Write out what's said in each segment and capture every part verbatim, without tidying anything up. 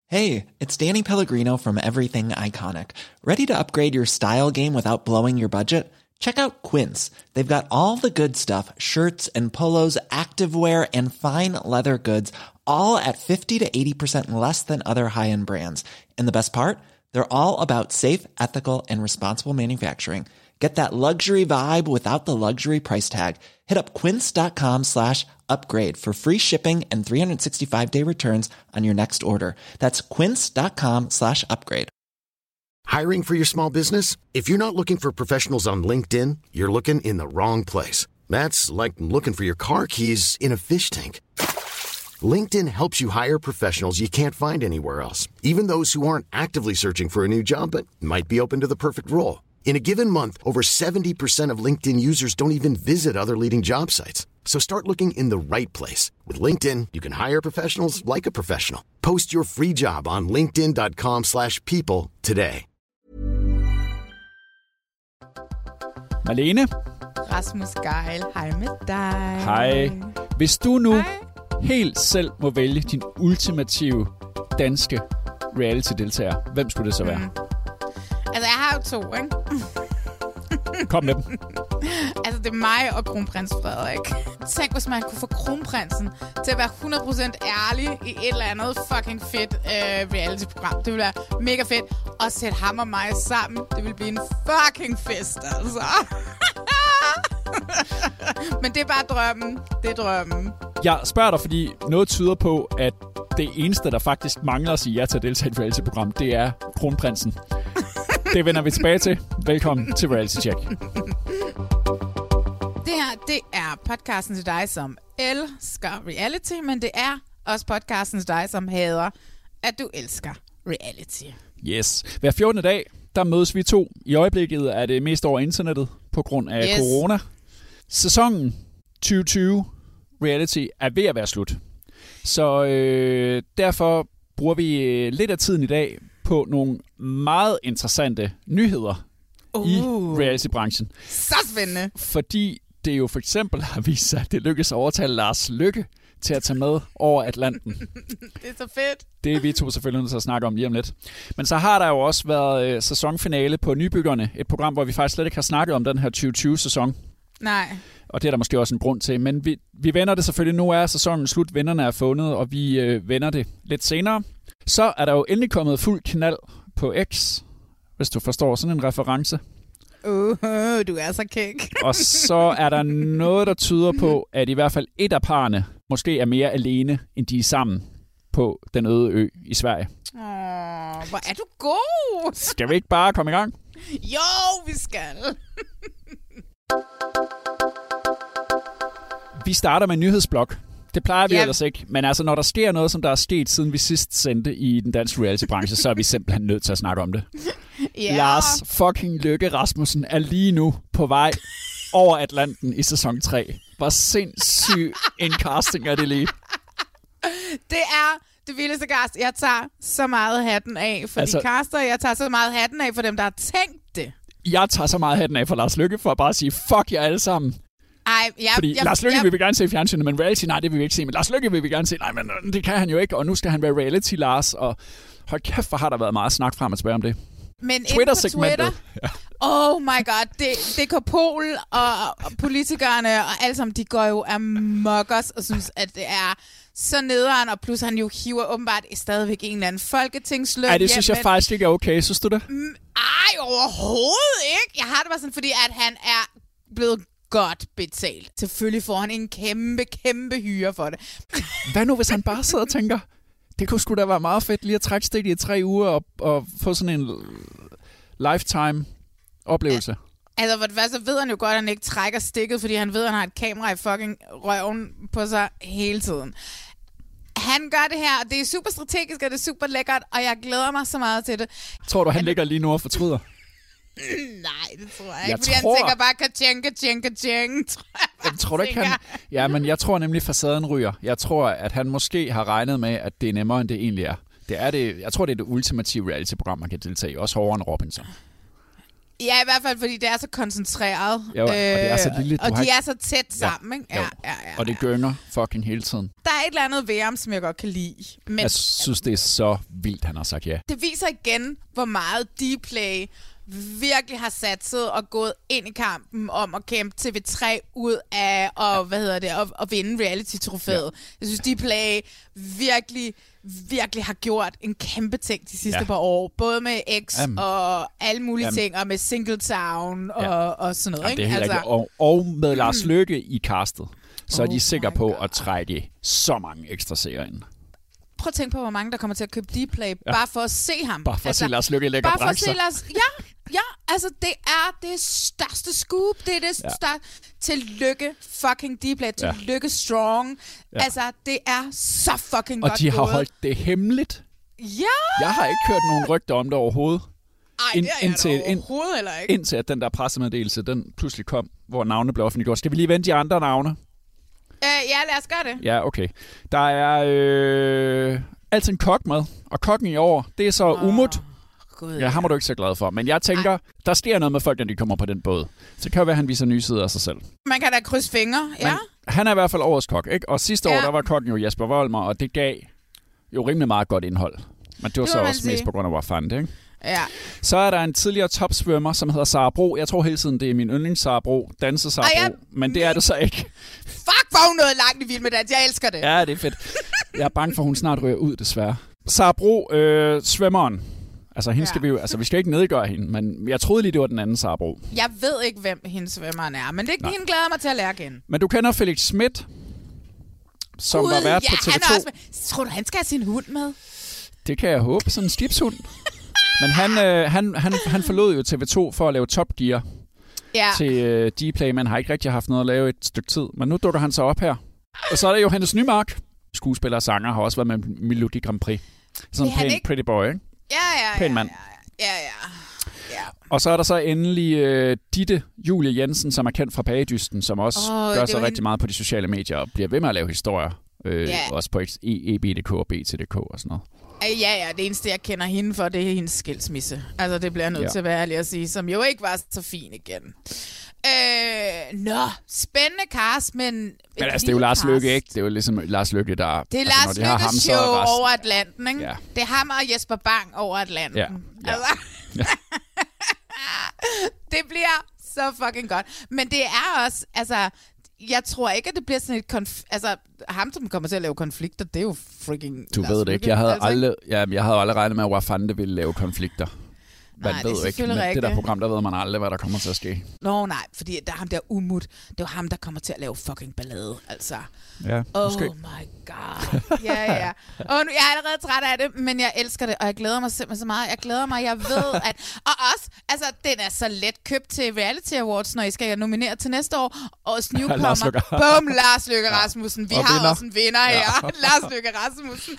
Hey, it's Danny Pellegrino from Everything Iconic. Ready to upgrade your style game without blowing your budget? Check out Quince. They've got all the good stuff, shirts and polos, activewear, and fine leather goods, all at fifty to eighty percent less than other high-end brands. And the best part? They're all about safe, ethical, and responsible manufacturing. Get that luxury vibe without the luxury price tag. Hit up quince.com slash upgrade for free shipping and three sixty-five day returns on your next order. That's quince.com slash upgrade. Hiring for your small business? If you're not looking for professionals on LinkedIn, you're looking in the wrong place. That's like looking for your car keys in a fish tank. LinkedIn helps you hire professionals you can't find anywhere else, even those who aren't actively searching for a new job but might be open to the perfect role. In a given month, over seventy percent of LinkedIn users don't even visit other leading job sites. So start looking in the right place. With LinkedIn, you can hire professionals like a professional. Post your free job on linkedin.com slash people today. Malene. Rasmus Geil, hej med dig. Hej. Hvis du nu Hej. helt selv må vælge din ultimative danske reality-deltager, hvem skulle det så være? Mm. Altså, jeg har jo to, ikke? Kom med dem. Altså, det er mig og kronprins Frederik. Tænk, hvis man kunne få kronprinsen til at være hundrede procent ærlig i et eller andet fucking fedt øh, reality-program. Det ville være mega fedt. Og sætte ham og mig sammen. Det ville blive en fucking fest, altså. Men det er bare drømmen. Det er drømmen. Jeg spørger dig, fordi noget tyder på, at det eneste, der faktisk mangler at sige ja til at deltage i et reality-program, det er kronprinsen. Det vender vi tilbage til. Velkommen til Reality Check. Det her, det er podcasten til dig, som elsker reality, men det er også podcasten til dig, som hader, at du elsker reality. Yes. Hver fjortende dag, der mødes vi to. I øjeblikket er det mest over internettet på grund af yes. corona. Sæsonen tyve tyve reality er ved at være slut. Så øh, derfor bruger vi lidt af tiden i dag på nogle meget interessante nyheder uh. i reality-branchen. Så spændende. Fordi det jo for eksempel har vist sig, at det lykkes at overtale Lars Løkke til at tage med over Atlanten. Det er så fedt. Det er vi to selvfølgelig nødt til at snakke om lige om lidt. Men så har der jo også været øh, sæsonfinale på Nybyggerne. Et program, hvor vi faktisk slet ikke har snakket om den her tyve tyve-sæson. Nej. Og det er der måske også en grund til. Men vi, vi vender det selvfølgelig. Nu er sæsonen slut. Vinderne er fundet, og vi øh, vender det lidt senere. Så er der jo endelig kommet fuld knald på X, hvis du forstår sådan en reference. Uh, du er så kæk. Og så er der noget, der tyder på, at i hvert fald et af parerne måske er mere alene, end de er sammen på den øde ø i Sverige. Åh, hvor er du god! Skal vi ikke bare komme i gang? Jo, vi skal. Vi starter med en nyhedsblok. Det plejer vi ja. ellers ikke. Men altså, når der sker noget, som der er sket, siden vi sidst sendte i den danske reality-branche, så er vi simpelthen nødt til at snakke om det. Yeah. Lars fucking Løkke Rasmussen er lige nu på vej over Atlanten i sæson tre. Hvor sindssyg en casting er det lige. Det er det vildeste cast. Jeg tager så meget hatten af for altså, de caster. Jeg tager så meget hatten af for dem, der har tænkt det. Jeg tager så meget hatten af for Lars Løkke for at bare sige, fuck jer alle sammen. Ej, jeg, Fordi jeg, Lars Løkke jeg, vil vi gerne se i fjernsynet, men reality, nej, det vil vi ikke se. Men Lars Løkke vil vi gerne se, nej, men det kan han jo ikke. Og nu skal han være reality, Lars. Og hold kæft, hvor har der været meget snak frem og tilbage om det. Men Twitter-segmentet. Twitter, ja. Oh my god, det, det går Pol og, og politikerne og alle sammen, de går jo amok os og synes, at det er så nederen, og plus han jo hiver åbenbart stadigvæk en eller anden folketingsløn. Ej, det synes jeg faktisk ikke er okay, synes du det? Mm, ej, overhovedet ikke. Jeg har det bare sådan, fordi at han er blevet godt betalt. Selvfølgelig får han en kæmpe, kæmpe hyre for det. Hvad nu, hvis han bare sidder og tænker, det kunne sgu da være meget fedt lige at trække stik i tre uger og, og få sådan en lifetime oplevelse. Ja, altså, for det første, så ved han jo godt, at han ikke trækker stikket, fordi han ved, at han har et kamera i fucking røven på sig hele tiden. Han gør det her, og det er super strategisk, og det er super lækkert, og jeg glæder mig så meget til det. Tror du, han ligger lige nu og fortryder? Nej, det tror jeg ikke, jeg fordi tror... han tænker bare, ka-ching, ka-ching, ka-ching, tror jeg bare, jeg tror du ikke, han... Ja, men jeg tror nemlig, facaden ryger. Jeg tror, at han måske har regnet med, at det er nemmere, end det egentlig er. Det er det, jeg tror, det er det ultimative reality-program, man kan deltage i. Også hårdere end Robinson. Ja, i hvert fald, fordi det er så koncentreret. Jo, og det er så lille. Og har... de er så tæt sammen, ja, ikke? Ja, ja, ja, og det gynger fucking hele tiden. Der er et eller andet ved ham, som jeg godt kan lide. Men jeg synes, det er så vildt, han har sagt ja. Det viser igen, hvor meget Dplay virkelig har satset og gået ind i kampen om at kæmpe T V tre ud af og, hvad hedder det, at, at vinde reality-trofæet. Ja. Jeg synes, Dplay virkelig, virkelig har gjort en kæmpe ting de sidste ja. par år. Både med X um, og alle mulige um, ting, og med Singletown og, ja. og sådan noget. Ja, ikke? Det er helt altså, og, og med Lars Løkke i castet, så oh er de sikre på God. at trække så mange ekstra serier ind. Prøv at tænke på, hvor mange der kommer til at købe Dplay, ja. bare for at se ham. Bare for altså, at se Lars Løkke lægger Bare for at brækser. se Lars... Ja, ja, altså det er det største scoop. Det er det ja. største... Tillykke fucking Dplay. Tillykke ja. Strong. Ja. Altså, det er så fucking og godt de har gået. holdt det hemmeligt. Ja! Jeg har ikke hørt nogen rygter om det overhovedet. Ej, det er indtil, jeg overhovedet heller ikke. Indtil at den der pressemeddelelse, den pludselig kom, hvor navnene blev offentliggjort. Skal vi lige vente de andre navne? Uh, ja, lad os gøre det. Ja, okay. Der er øh, altid en kok med, og kokken i år, det er så oh, Umut. God, ja, ham er du ikke så glad for. Men jeg tænker, Ej. der sker noget med folk, når de kommer på den båd. Så kan det være, at han viser nye sider af sig selv. Man kan da krydse fingre, ja. Men han er i hvert fald årets kok, ikke? Og sidste ja. år, der var kokken jo Jesper Voldmer, og det gav jo rimelig meget godt indhold. Men det var det så også sige. mest på grund af, hvor fandt, ikke? Ja. Så er der en tidligere topsvømmer, som hedder Sara Bro. Jeg tror hele tiden, det er min yndlings Sara Bro. Danse Sara Bro. Men det er det så ikke. Fuck, hvor hun noget langt i Vild med Dans. Jeg elsker det. Ja, det er fedt. Jeg er bange for, at hun snart ryger ud, desværre. Sara Bro, øh, svømmeren. Altså, hende ja. skal vi jo, altså, vi skal ikke nedgøre hende, men jeg troede lige, det var den anden Sara Bro. Jeg ved ikke, hvem hendes svømmeren er, men det hende glæder mig til at lære igen. Men du kender Felix Schmidt, som Gud, var vært ja, på T V to. Han er også med. Tror du, han skal have sin hund med? Det kan jeg håbe, sådan en skibshund. Men han, øh, han, han, han forlod jo T V to for at lave Top Gear ja. til øh, Dplay, men har ikke rigtig haft noget at lave et stykke tid. Men nu dukker han så op her. Og så er der Johannes Nymark, skuespiller og sanger, har også været med Melodi Grand Prix. Sådan en pæn ikke... pretty boy, ikke? Ja, ja, pæn ja, mand. Ja, ja, ja. ja. Og så er der så endelig øh, Ditte Julie Jensen, som er kendt fra Bagedysten, som også oh, gør sig rigtig hende... meget på de sociale medier og bliver ved med at lave historier. Øh, yeah. Også på E B punktum d k og B T punktum d k og sådan noget. Ja, ja, det eneste, jeg kender hende for, det er hendes skilsmisse. Altså, det bliver jeg nødt ja. til at være ærlig at sige, som jo ikke var så fin igen. Øh, nå, spændende cast, men... Men altså, det er jo Lars cast. Løkke, ikke? Det er jo ligesom Lars Løkke, der... Det er altså, Lars Løkkes ham, show rest... over Atlanten, ikke? Ja. Det er ham og Jesper Bang over Atlanten. Ja. Ja. Altså. Ja. Det bliver så fucking godt. Men det er også, altså... Jeg tror ikke, at det bliver sådan et konf... Altså, ham, som kommer til at lave konflikter, det er jo freaking... Du ved det ikke. Jeg havde, altså, aldrig, ja, jeg havde aldrig regnet med, at Wafande ville lave konflikter. Man nej, ved jo ikke. Med det der program, der ved man aldrig, hvad der kommer til at ske. Nå, nej, fordi der er ham der Umut. Det var ham, der kommer til at lave fucking ballade, altså. Ja, måske. Oh my god. Ja, ja. Og nu, jeg er allerede træt af det, men jeg elsker det, og jeg glæder mig simpelthen så meget. Jeg glæder mig, jeg ved, at... Og også, altså, den er så let købt til Reality Awards, når I skal nominere til næste år. Årets newcomer. Bum, Lars Løkke Rasmussen. Vi og har vinder. også en vinder her. Ja. Lars Løkke Rasmussen.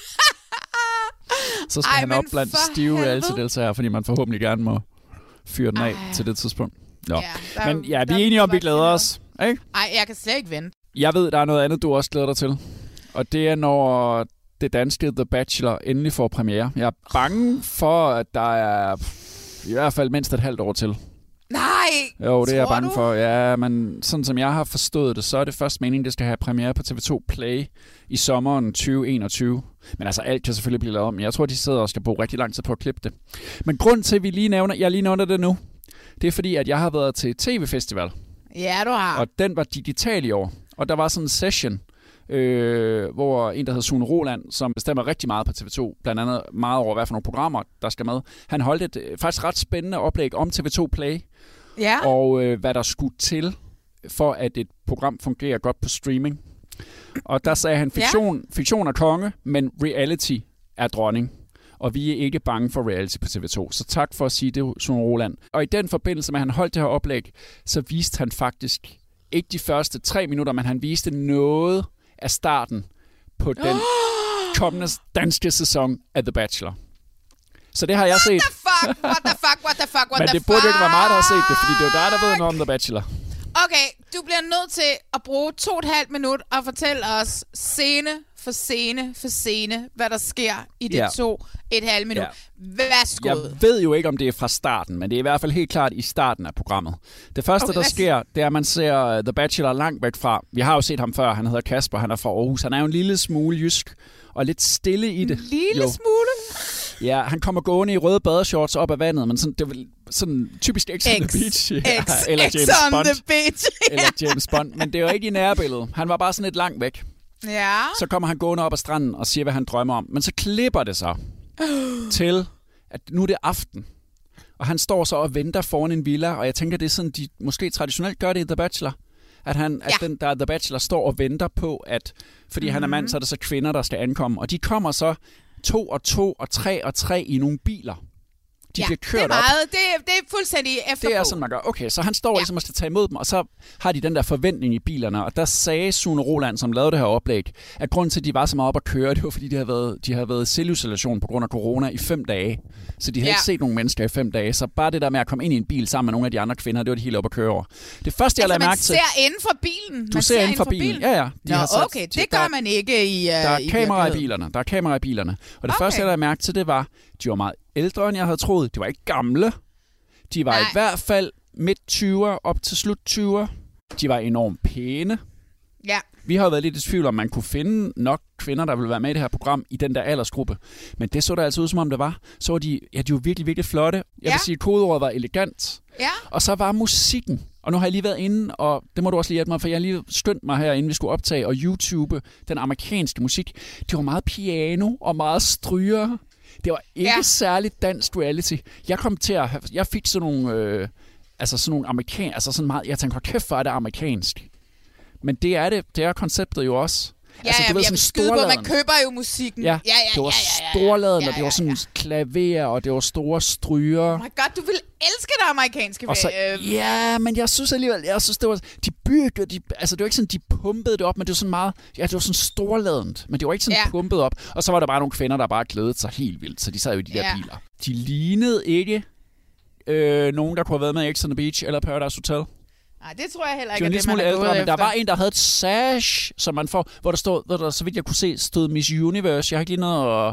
Så skal Ej, han op blandt stive reality-deltagere, fordi man forhåbentlig gerne må fyre den af Ej. til det tidspunkt. Nå. Ja, der, Men ja, vi er enige om, vi glæder os. Ikke? Ej, jeg kan slet ikke vente. Jeg ved, der er noget andet, du også glæder dig til. Og det er, når det danske The Bachelor endelig får premiere. Jeg er bange for, at der er i hvert fald mindst et halvt år til. Nej! Jo, det er jeg bange du? for. Ja, men sådan som jeg har forstået det, så er det først meningen, det skal have premiere på T V to Play i sommeren tyve enogtyve. Men altså, alt kan selvfølgelig blive lavet om. Jeg tror, de sidder og skal bruge rigtig lang tid på at klippe det. Men grund til, at vi lige nævner, jeg lige nævner det nu, det er fordi, at jeg har været til T V-festival. Ja, du har. Og den var digital i år. Og der var sådan en session, øh, hvor en, der hedder Sune Roland, som bestemmer rigtig meget på T V to, blandt andet meget over, hvad for nogle programmer, der skal med. Han holdt et øh, faktisk ret spændende oplæg om T V to Play. Ja. Og øh, hvad der skulle til, for at et program fungerer godt på streaming. Og der sagde han, fiktion, ja. fiktion er konge, men reality er dronning. Og vi er ikke bange for reality på T V to. Så tak for at sige det, Sune Roland. Og i den forbindelse med, at han holdt det her oplæg, så viste han faktisk ikke de første tre minutter, men han viste noget af starten på den kommende danske sæson af The Bachelor. Så det har jeg set. What the fuck, what the fuck, what the fuck, what men the det burde jo ikke være mig, der har set det, fordi det er jo dig, der ved noget om The Bachelor. Okay, du bliver nødt til at bruge to og et halvt minut og fortælle os scene for scene for scene, hvad der sker i det ja. to et halvt minut. Ja. Værsgo. Jeg ved jo ikke, om det er fra starten, men det er i hvert fald helt klart i starten af programmet. Det første, okay, der sker, det er, at man ser The Bachelor langt væk fra. Vi har jo set ham før, han hedder Kasper, han er fra Aarhus. Han er jo en lille smule jysk og lidt stille i det. En lille jo. smule? Ja, han kommer gående i røde badeshorts op af vandet, men sådan, det er sådan typisk X on the Beach. Ja, X, eller X James on Bond. the Beach. Eller James Bond, men det er jo ikke i nærbilledet. Han var bare sådan lidt langt væk. Ja. Så kommer han gående op ad stranden og siger, hvad han drømmer om. Men så klipper det sig til, at nu er det aften. Og han står så og venter foran en villa, og jeg tænker, det er sådan, de måske traditionelt gør det i The Bachelor. At, han, ja. at den, der The Bachelor står og venter på, at fordi mm-hmm. han er mand, så er det så kvinder, der skal ankomme. Og de kommer så to og to og tre og tre i nogle biler. De ja, bliver kørt det er meget, op. Det, det er fuldstændig efterpå. Det er sådan, man gør. Okay, så han står ja. ligesom og skal tage imod dem, og så har de den der forventning i bilerne. Og der sagde Sune Roland, som lavede det her oplæg, at grunden til, at de var så meget op at køre, det var, fordi de havde været, de havde været i selvisolation på grund af corona i fem dage. Så de havde ja. ikke set nogen mennesker i fem dage. Så bare det der med at komme ind i en bil sammen med nogle af de andre kvinder, det var de helt op at køre over. Det første, jeg altså, lagde mærke til... man ser inden for bilen? Du man ser inden for bilen? bilen? Ja, ja. De Nå, har sat, okay. Det gør der, man ikke i uh, Der er i kameraer i bilerne. Der er kameraer i bilerne. Og det okay. første, jeg lagde mærke til, det var, de var meget ældre, end jeg havde troet. De var ikke gamle. De var Nej. i hvert fald midt tyverne op til slut tyverne. De var enormt pæne. Ja. Vi har jo været lidt i tvivl om, man kunne finde nok kvinder, der ville være med i det her program, i den der aldersgruppe. Men det så der altså ud, som om det var. Så var de, ja, de var virkelig, virkelig flotte. Jeg ja. vil sige, at kodeordet var elegant. Ja. Og så var musikken. Og nu har jeg lige været inde, og det må du også lige hjælpe mig, for jeg har lige skyndt mig her, inden vi skulle optage og YouTube den amerikanske musik. Det var meget piano og meget stryger. Det var ikke ja. særligt dansk reality. Jeg kom til at have, jeg fik sådan nogle, øh, altså sådan nogle amerikansk, altså sådan meget, jeg tænkte, hold kæft, hvor er det amerikansk. Men det er det, det er konceptet jo også. Ja, altså, du ja, ved, jeg vil skyde på, man køber jo musikken. Ja, ja, ja, det var ja, ja, ja, storladen, ja, ja, og det var sådan ja. klaver, og det var store stryger. Oh my god, du vil elske det amerikanske. Og så, øh... Ja, men jeg synes alligevel, jeg synes, det var, de byggede, de, altså det var ikke sådan, de pumpede det op, men det var sådan meget, ja, det var sådan storladent, men det var ikke sådan ja. pumpet op. Og så var der bare nogle kvinder, der bare glædede sig helt vildt, så de sad jo i de ja. der biler. De lignede ikke øh, nogen, der kunne have været med i X on the Beach eller Paradise Hotel. Nej, det tror jeg heller ikke, de var en lille smule ældre, men efter. der var en, der havde et sash, som man får, hvor der stod, hvor der, så vidt jeg kunne se, stod Miss Universe. Jeg har ikke lige noget at,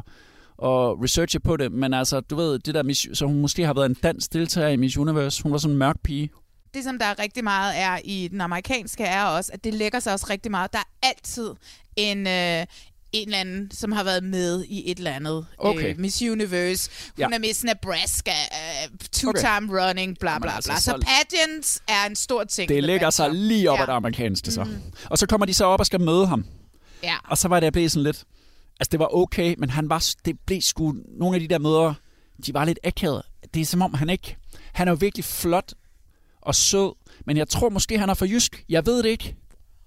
at researche på det, men altså, du ved, det der Miss, så hun måske har været en dansk deltager i Miss Universe. Hun var sådan en mørk pige. Det, som der er rigtig meget er i den amerikanske, er også, at det lægger sig også rigtig meget. Der er altid en... Øh, en eller anden, som har været med i et eller andet. Okay. Øh, Miss Universe. Hun ja. er Miss Nebraska. Uh, two-time okay. running, bla bla altså, bla. Så, så pageants er en stor ting. Det lægger sig lige op ja. af det amerikanske så. Mm. Og så kommer de så op og skal møde ham. Ja. Og så var det, jeg blev sådan lidt... Altså, det var okay, men han var... Det blev sgu... Nogle af de der møder, de var lidt akavede. Det er som om, han ikke... Han er jo virkelig flot og sød, men jeg tror måske, han er for jysk. Jeg ved det ikke.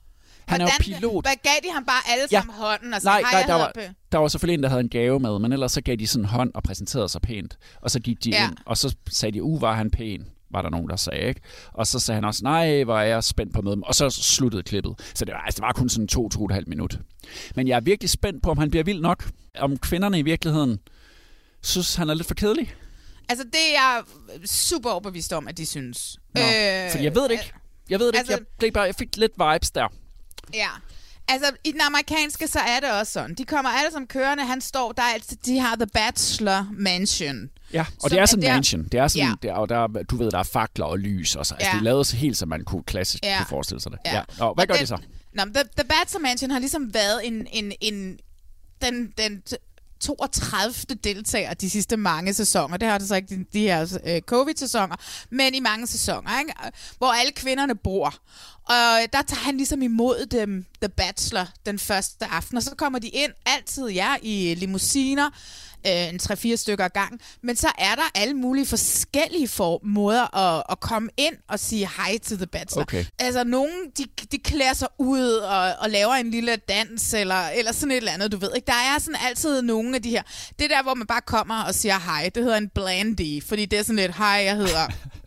Han Hvordan, er jo pilot. Hvad gav de ham bare alle ja. sammen hånden? Og så, nej, nej, der var, der var selvfølgelig en, der havde en gave med, men ellers så gav de sådan en hånd og præsenterede sig pænt. Og så gik de ja. ind, og så sagde de, uh, var han pæn? Var der nogen, der sagde, ikke? Og så sagde han også, nej, var jeg spændt på mødet. Og så sluttede klippet. Så det var, altså, det var kun sådan to, to og et halvt minut. Men jeg er virkelig spændt på, om han bliver vild nok. Om kvinderne i virkeligheden synes, han er lidt for kedelig. Altså, det er jeg super overbevist om, at de synes. Nå, øh, fordi jeg ved det ikke. Jeg ved det altså, ikke. Jeg, blev bare, jeg fik lidt vibes der. Ja. Altså, i den amerikanske, så er det også sådan. De kommer alle som kørende. Han står, der er altid, de har The Bachelor Mansion. Ja, og det er sådan en mansion. Det er sådan, ja. der, og der, du ved, der er fakler og lys og så. Altså, ja. det er lavet så helt, som man kunne klassisk ja. kunne forestille sig det. Ja. Ja. Nå, hvad og gør den, de så? Nå, The, The Bachelor Mansion har ligesom været en, en, en den, den toogtredivte deltager de sidste mange sæsoner. Det har det så ikke de, de her øh, covid-sæsoner, men i mange sæsoner, ikke? Hvor alle kvinderne bor. Og der tager han ligesom imod dem, The Bachelor, den første aften. Og så kommer de ind, altid ja, i limousiner, øh, en tre-fire stykker ad gang. Men så er der alle mulige forskellige for, måder at, at komme ind og sige hej til The Bachelor. Okay. Altså, nogen, de, de klæder sig ud og, og laver en lille dans, eller, eller sådan et eller andet, du ved ikke. Der er sådan altid nogle af de her. Det der, hvor man bare kommer og siger hej, det hedder en blandie, fordi det er sådan lidt, hej, jeg hedder...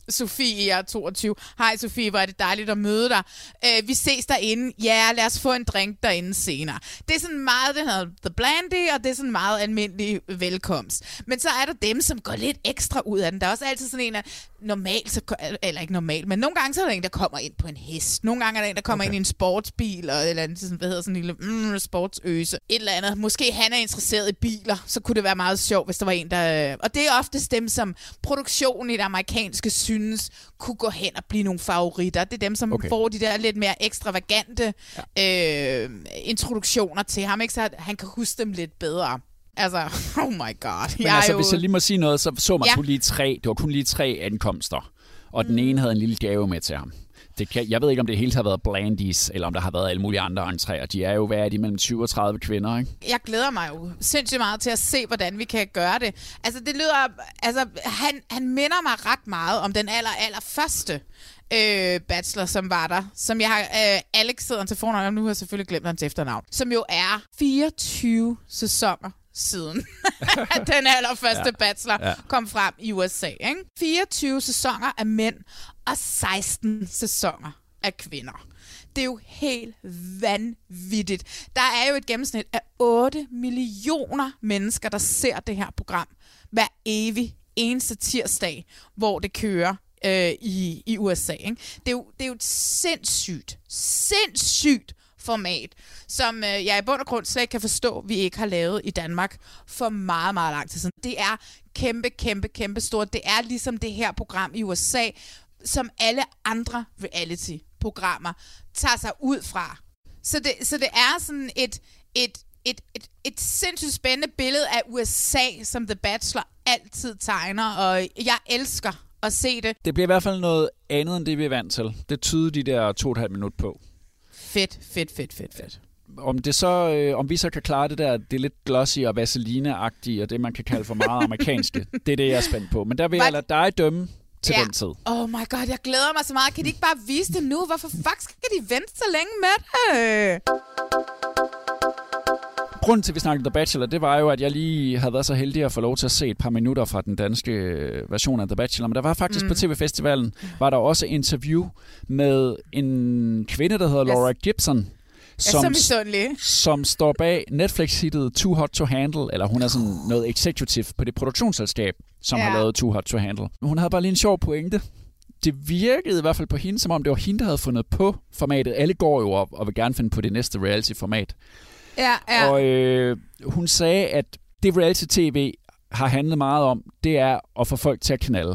Sofie, jeg er toogtyve. Hej Sofie, hvor er det dejligt at møde dig. Øh, vi ses derinde. Ja, lad os få en drink derinde senere. Det er sådan meget, den hedder The Blandy, og det er sådan meget almindelig velkomst. Men så er der dem, som går lidt ekstra ud af den. Der er også altid sådan en, at normalt, så, eller ikke normalt, men nogle gange så er der en, der kommer ind på en hest. Nogle gange er der en, der kommer okay. ind i en sportsbil, eller en, hvad hedder sådan en lille mm, sportsøse. Et eller andet. Måske han er interesseret i biler, så kunne det være meget sjovt, hvis der var en, der... Og det er oftest dem, som produktionen i det amerikanske synes, kunne gå hen og blive nogle favoritter. Det er dem, som okay. får de der lidt mere ekstravagante ja. øh, introduktioner til ham, ikke? Så han kan huske dem lidt bedre. Altså, oh my god. Men jeg altså, jo... hvis jeg lige må sige noget, så så man ja. kun lige tre, det var kun lige tre ankomster, og den mm. ene havde en lille gave med til ham. Det kan, jeg ved ikke, om det hele har været Blandies, eller om der har været alle mulige andre entréer. De er jo, hvad er de, mellem tyve og tredive kvinder, ikke? Jeg glæder mig jo sindssygt meget til at se, hvordan vi kan gøre det. Altså, det lyder... Altså, han, han minder mig ret meget om den aller, aller første øh, bachelor, som var der. Som jeg har... Øh, Alex sidder til fornavn, nu har jeg selvfølgelig glemt hans efternavn. Som jo er fireogtyve sæsoner siden den allerførste ja. bachelor ja. kom frem i U S A. Ikke? fireogtyve sæsoner af mænd og seksten sæsoner af kvinder. Det er jo helt vanvittigt. Der er jo et gennemsnit af otte millioner mennesker, der ser det her program hver evig eneste tirsdag, hvor det kører øh, i, i U S A. Ikke? Det, er jo, det er jo et sindssygt, sindssygt format, som øh, jeg i bund og grund slet ikke kan forstå, vi ikke har lavet i Danmark for meget, meget lang tid siden. Det er kæmpe, kæmpe, kæmpe stort. Det er ligesom det her program i U S A, som alle andre reality-programmer tager sig ud fra. Så det, så det er sådan et, et, et, et, et sindssygt spændende billede af U S A, som The Bachelor altid tegner, og jeg elsker at se det. Det bliver i hvert fald noget andet, end det vi er vant til. Det tyder de der to og et halvt minut på. Fedt, fedt, fedt, fedt, fedt. Om, det så, øh, om vi så kan klare det der, det er lidt glossy og vaseline-agtige, og det man kan kalde for meget amerikanske, det er det, jeg er spændt på. Men der vil jeg lade dig dømme til ja. den tid. Oh my god, jeg glæder mig så meget. Kan de ikke bare vise det nu? Hvorfor fuck skal de vente så længe med det? Grunden til, at vi snakkede The Bachelor, det var jo, at jeg lige havde været så heldig at få lov til at se et par minutter fra den danske version af The Bachelor. Men der var faktisk mm. på T V-festivalen, var der også interview med en kvinde, der hedder yes. Laura Gibson, som, som står bag Netflix-hittet Too Hot to Handle, eller hun er sådan noget executive på det produktionsselskab, som ja. har lavet Too Hot to Handle. Hun havde bare lige en sjov pointe. Det virkede i hvert fald på hende, som om det var hende, der havde fundet på formatet. Alle går jo op og vil gerne finde på det næste reality-format. Ja, ja. Og øh, hun sagde, at det reality-tv har handlet meget om, det er at få folk til at knalde.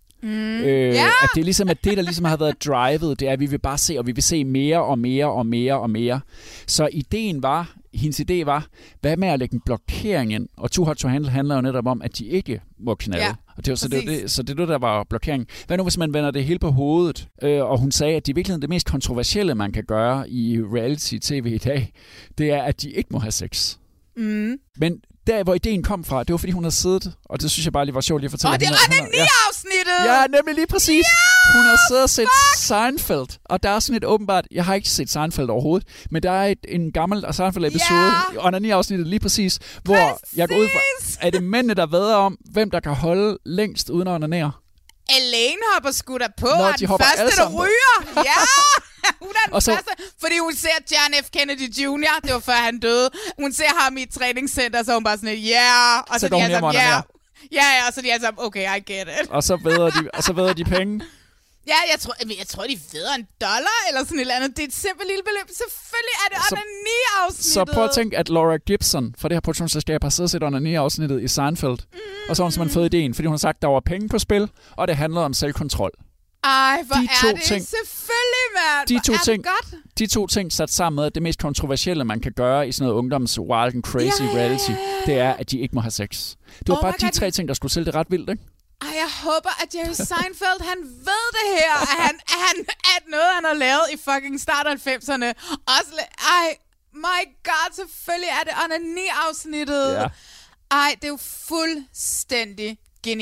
Mm. Øh, yeah. At det er ligesom, at det, der ligesom har været drivet, det er, at vi vil bare se, og vi vil se mere og mere og mere og mere. Så ideen var, hendes idé var, hvad med at lægge en blokering ind? Og Too Hot to Handle handler jo netop om, at de ikke må knalde. Yeah. Og det var, så, det var det, så det var det, der var blokering. Hvad nu, hvis man vender det hele på hovedet? Øh, og hun sagde, at det er virkelig det mest kontroversielle, man kan gøre i reality-tv i dag, det er, at de ikke må have sex. Mm. Men der, hvor ideen kom fra, det var, fordi hun havde siddet, og det synes jeg bare lige var sjovt lige at fortælle. Og det er onani-afsnittet! Ja, ja, nemlig lige præcis. Yeah! Hun har siddet og set Fuck! Seinfeld, og der er sådan et åbenbart, jeg har ikke set Seinfeld overhovedet, men der er et, en gammel Seinfeld-episode, yeah! onani-afsnittet lige præcis, hvor præcis! jeg går ud fra, er det mændene, der væder om, hvem der kan holde længst uden at onanere? Elaine hopper sgu da på, og den første, der ryger. Ja! Hun er den og så, første, fordi hun ser John F. Kennedy junior Det var før han døde. Hun ser ham i et træningscenter, så hun bare sådan, ja. Yeah. Og så, så de er sådan, ja. Yeah. Ja, ja, og så de er sådan, okay, I get it. Og så væder de, og så væder de penge. Ja, jeg tror, jeg, jeg tror, de væder en dollar eller sådan et eller andet. Det er et simpelt lille beløb. Selvfølgelig er det onani-afsnittet. Så prøv at tænke, at Laura Gibson fra det her produktionsselskab har siddet og set onani-afsnittet i Seinfeld. Mm. Og så har hun simpelthen fået ideen, fordi hun har sagt, at der var penge på spil, og det handlede om selvkontrol. Ej, hvor de er to det ting, selvfølgelig, mand. De to, ting, de to ting sat sammen med, at det mest kontroversielle, man kan gøre i sådan noget ungdoms wild and crazy yeah. reality, det er, at de ikke må have sex. Det var oh bare de God. tre ting, der skulle sælge det ret vildt, ikke? Ej, jeg håber, at Jerry Seinfeld, han ved det her, at, han, at, han, at noget, han har lavet i fucking start af halvfemserne. Også, ej, my God, selvfølgelig er det onani-afsnittet. Ja. Ej, det er jo fuldstændig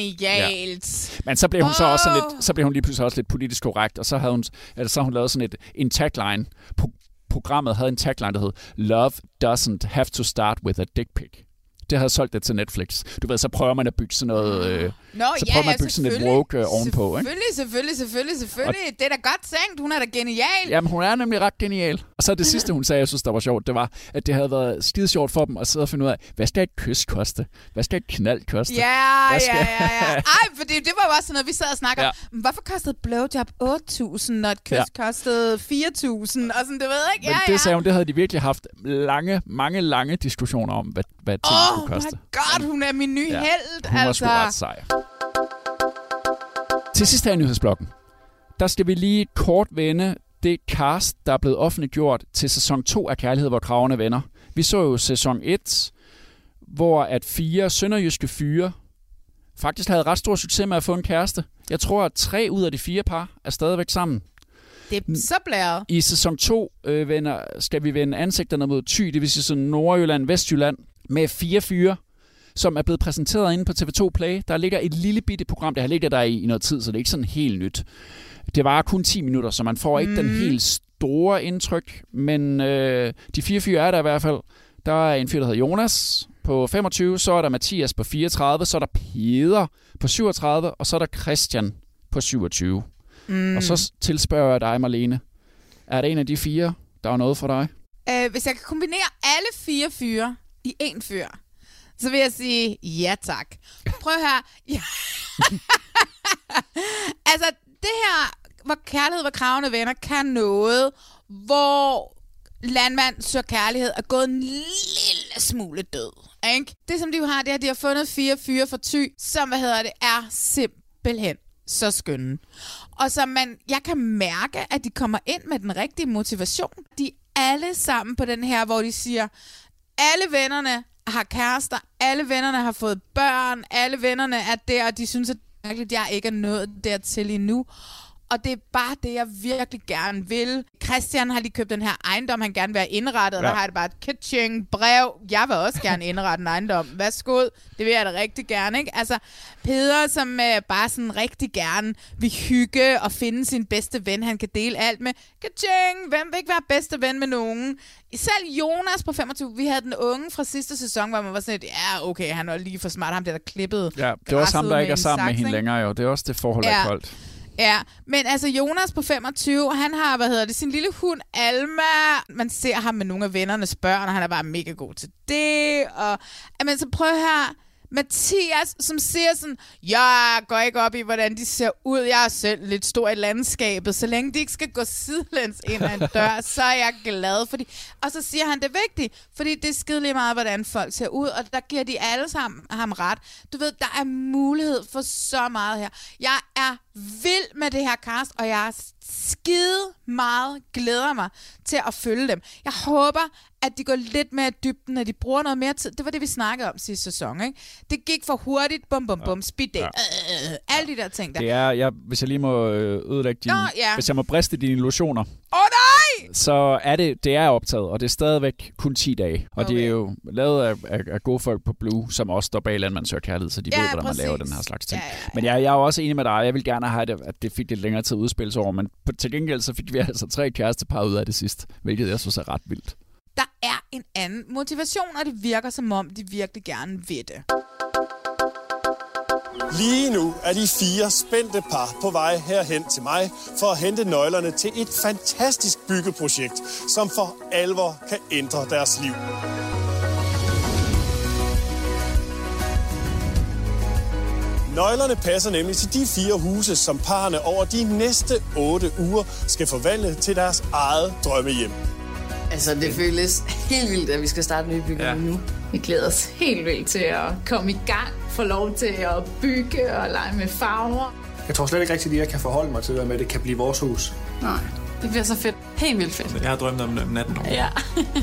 genialt. Ja. Men så blev hun oh. så også lidt, så blev hun lige pludselig også lidt politisk korrekt, og så havde hun, eller så havde hun lavet sådan et, en tagline. Pro- programmet havde en tagline, der hed Love doesn't have to start with a dick pic. Det havde solgt det til Netflix. Du ved, så prøver man at bygge sådan noget... Øh, Nå, så ja, prøver man ja, at bygge sådan et woke øh, ovenpå, ikke? Selvfølgelig, selvfølgelig, selvfølgelig, selvfølgelig. Og det er da godt tænkt. Hun er da genial. Jamen, hun er nemlig ret genial. Og så det sidste, hun sagde, jeg synes, der var sjovt, det var, at det havde været skide sjovt for dem at sidde og finde ud af, hvad skal et kys koste? Hvad skal et knald koste? Ja, skal... ja, ja, ja. Ej, for det, det var jo også sådan noget, vi sad og snakkede ja. om. Hvorfor kostede blowjob otte tusind, når et kys ja. kostede fire tusind? Og sådan, du ved ikke? Men ja, det ja. sagde hun, det havde de virkelig haft lange, mange lange diskussioner om, hvad, hvad ting oh skulle koste. Oh my god, hun er min nye ja. held, hun altså. Hun var sgu ret sej. Til sidst her i nyhedsblokken, der skal vi lige kort vende det cast, der er blevet offentliggjort til sæson to af Kærlighed, hvor kragerne vender. Vi så jo sæson et, hvor at fire sønderjyske fyre faktisk havde ret stor succes med at få en kæreste. Jeg tror, at tre ud af de fire par er stadigvæk sammen. Det er så blæret. I sæson to øh, vender, skal vi vende ansigterne mod Thy, det vil sige sådan Nordjylland, Vestjylland, med fire fyre, som er blevet præsenteret inde på T V to Play. Der ligger et lille bitte program, der har ligget der i, i noget tid, så det er ikke sådan helt nyt. Det var kun ti minutter, så man får ikke mm. den helt store indtryk, men øh, de fire fyre er der i hvert fald. Der er en fyr, der hedder Jonas på femogtyve, så er der Mathias på fireogtredive, så er der Peder på syvogtredive, og så er der Christian på syvogtyve. Mm. Og så tilspørger jeg dig, Marlene. Er det en af de fire, der er noget for dig? Øh, hvis jeg kan kombinere alle fire fyre i én fyr, så vil jeg sige ja tak. Prøv her. Ja. Altså, det her, hvor Kærlighed, hvor kragerne vender, kan noget, hvor Landmand søger kærlighed er gået en lille smule død. Ikke? Det, som de jo har, det er, at de har fundet fire fyre fra Thy, som, hvad hedder det, er simpelthen så skønne. Og så man, jeg kan mærke, at de kommer ind med den rigtige motivation. De er alle sammen på den her, hvor de siger, alle vennerne har kærester, alle vennerne har fået børn, alle vennerne er der, og de synes, at jeg ikke er nået dertil endnu. Og det er bare det, jeg virkelig gerne vil. Christian har lige købt den her ejendom, han gerne vil have indrettet, og ja. Der har jeg bare et kitching brev. Jeg vil også gerne indrette en ejendom. Værsgo, det vil jeg da rigtig gerne, ikke? Altså, Peder, som øh, bare sådan rigtig gerne vil hygge og finde sin bedste ven, han kan dele alt med. Kitching, hvem vil ikke være bedste ven med nogen? Selv Jonas på femogtyve, vi havde den unge fra sidste sæson, hvor man var sådan et, ja, okay, han var lige for smart, ham der, der klippede. Ja, det var også ham, der ikke er sammen med hende længere, jo. Det er også det forhold, der ja. er koldt. Ja, men altså Jonas på femogtyve, han har, hvad hedder det, sin lille hund Alma. Man ser ham med nogle af vennernes børn, og han er bare mega god til det. Og, men så prøv her, Mathias, som siger sådan, jeg går ikke op i, hvordan de ser ud. Jeg er selv lidt stor i landskabet. Så længe de ikke skal gå sidelæns ind ad en dør, så er jeg glad. Fordi... Og så siger han, det er vigtigt, fordi det er skidelig meget, hvordan folk ser ud. Og der giver de alle sammen ham ret. Du ved, der er mulighed for så meget her. Jeg er vild med det her cast, og jeg er skide meget glæder mig til at følge dem. Jeg håber, at de går lidt mere i dybden, at de bruger noget mere tid. Det var det, vi snakkede om sidste sæson, ikke? Det gik for hurtigt, bum, bum, bum, speed date, ja. øh, alle de der ting der. Det er, jeg, hvis jeg lige må ødelægge dine, Nå, ja. hvis jeg må briste dine illusioner. Åh oh, nej! Så er det, det er optaget, og det er stadigvæk kun ti dage. Og okay. det er jo lavet af, af, af gode folk på Blue, som også står bag Landmand søger kærlighed, så de ja, ved, hvordan præcis. man laver den her slags ting. Ja, ja, ja. Men jeg, jeg er jo også enig med dig, jeg vil gerne have det, at det fik lidt længere tid at udspille sig over, men på, til gengæld så fik vi altså tre kærestepar ud af det sidst, hvilket jeg synes er ret vildt. Der er en anden motivation, og det virker som om, de virkelig gerne vil det. Lige nu er de fire spændte par på vej herhen til mig for at hente nøglerne til et fantastisk byggeprojekt, som for alvor kan ændre deres liv. Nøglerne passer nemlig til de fire huse, som parerne over de næste otte uger skal forvandle til deres eget drømmehjem. Altså, det føles helt vildt, at vi skal starte nye bygger ja. nu. Vi glæder os helt vildt til at komme i gang, få lov til at bygge og lege med farver. Jeg tror slet ikke rigtigt, at jeg kan forholde mig til, at det kan blive vores hus. Nej, det bliver så fedt. Helt vildt fedt. Jeg har drømt om natten over. Ja.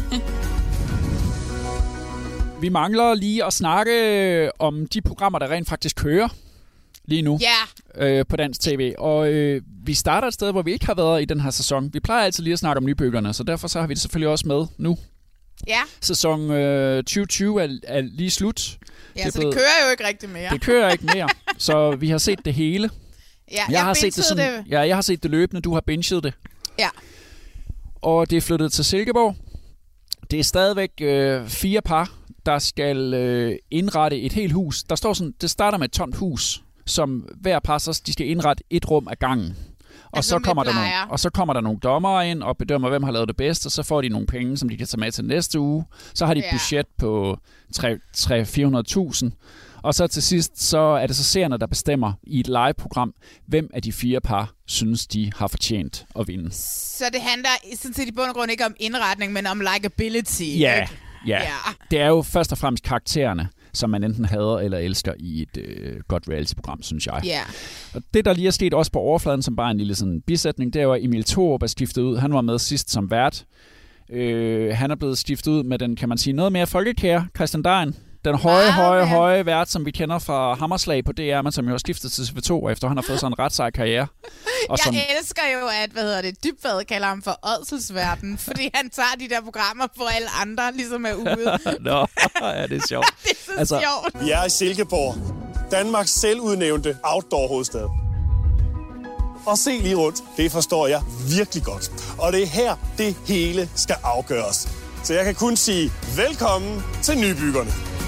Vi mangler lige at snakke om de programmer, der rent faktisk kører lige nu yeah. øh, på dansk tv. Og øh, vi starter et sted, hvor vi ikke har været i den her sæson. Vi plejer altid lige at snakke om nybyggerne, så derfor så har vi det selvfølgelig også med nu. Ja. Sæson øh, tyve tyve er, er lige slut. Ja, det så blevet, det kører jo ikke rigtig mere. Det kører ikke mere, så vi har set det hele. Ja, jeg, jeg har set det, sådan, det. Ja, jeg har set det løbende. Du har binget det. Ja. Og det er flyttet til Silkeborg. Det er stadigvæk øh, fire par, der skal øh, indrette et helt hus. Der står sådan, det starter med et tomt hus, som hver par, så de skal indrette et rum ad gangen. Og, altså så kommer der nogle, og så kommer der nogle dommere ind og bedømmer, hvem har lavet det bedst, og så får de nogle penge, som de kan tage med til næste uge. Så har de et ja. budget på tre til fire hundrede tusind. Og så til sidst, så er det så seerne, der bestemmer i et live-program, hvem af de fire par synes, de har fortjent at vinde. Så det handler sådan set i bund og grund ikke om indretning, men om likability. Ja, ikke? Ja. ja. Det er jo først og fremmest karaktererne, som man enten hader eller elsker i et øh, godt reality-program, synes jeg. Yeah. Og det, der lige er sket også på overfladen, som bare en lille sådan bisætning, det er jo, at Emil Thorup er skiftet ud. Han var med sidst som vært. Øh, han er blevet skiftet ud med den, kan man sige, noget mere folkekære Christian Dein. Den høje, wow, høje, ja. høje vært, som vi kender fra Hammerslag på D R, men som jo har skiftet til T V to, efter han har fået sådan en ret sej karriere. Og jeg som... elsker jo, at hvad hedder det, Dybvad kalder ham for ådselsverden, fordi han tager de der programmer, hvor alle andre ligesom er ude. Nå, ja, det er sjovt. Det er så altså... sjovt. Vi er i Silkeborg, Danmarks selvudnævnte outdoor-hovedstad. Og se lige rundt, det forstår jeg virkelig godt. Og det er her, det hele skal afgøres. Så jeg kan kun sige velkommen til nybyggerne.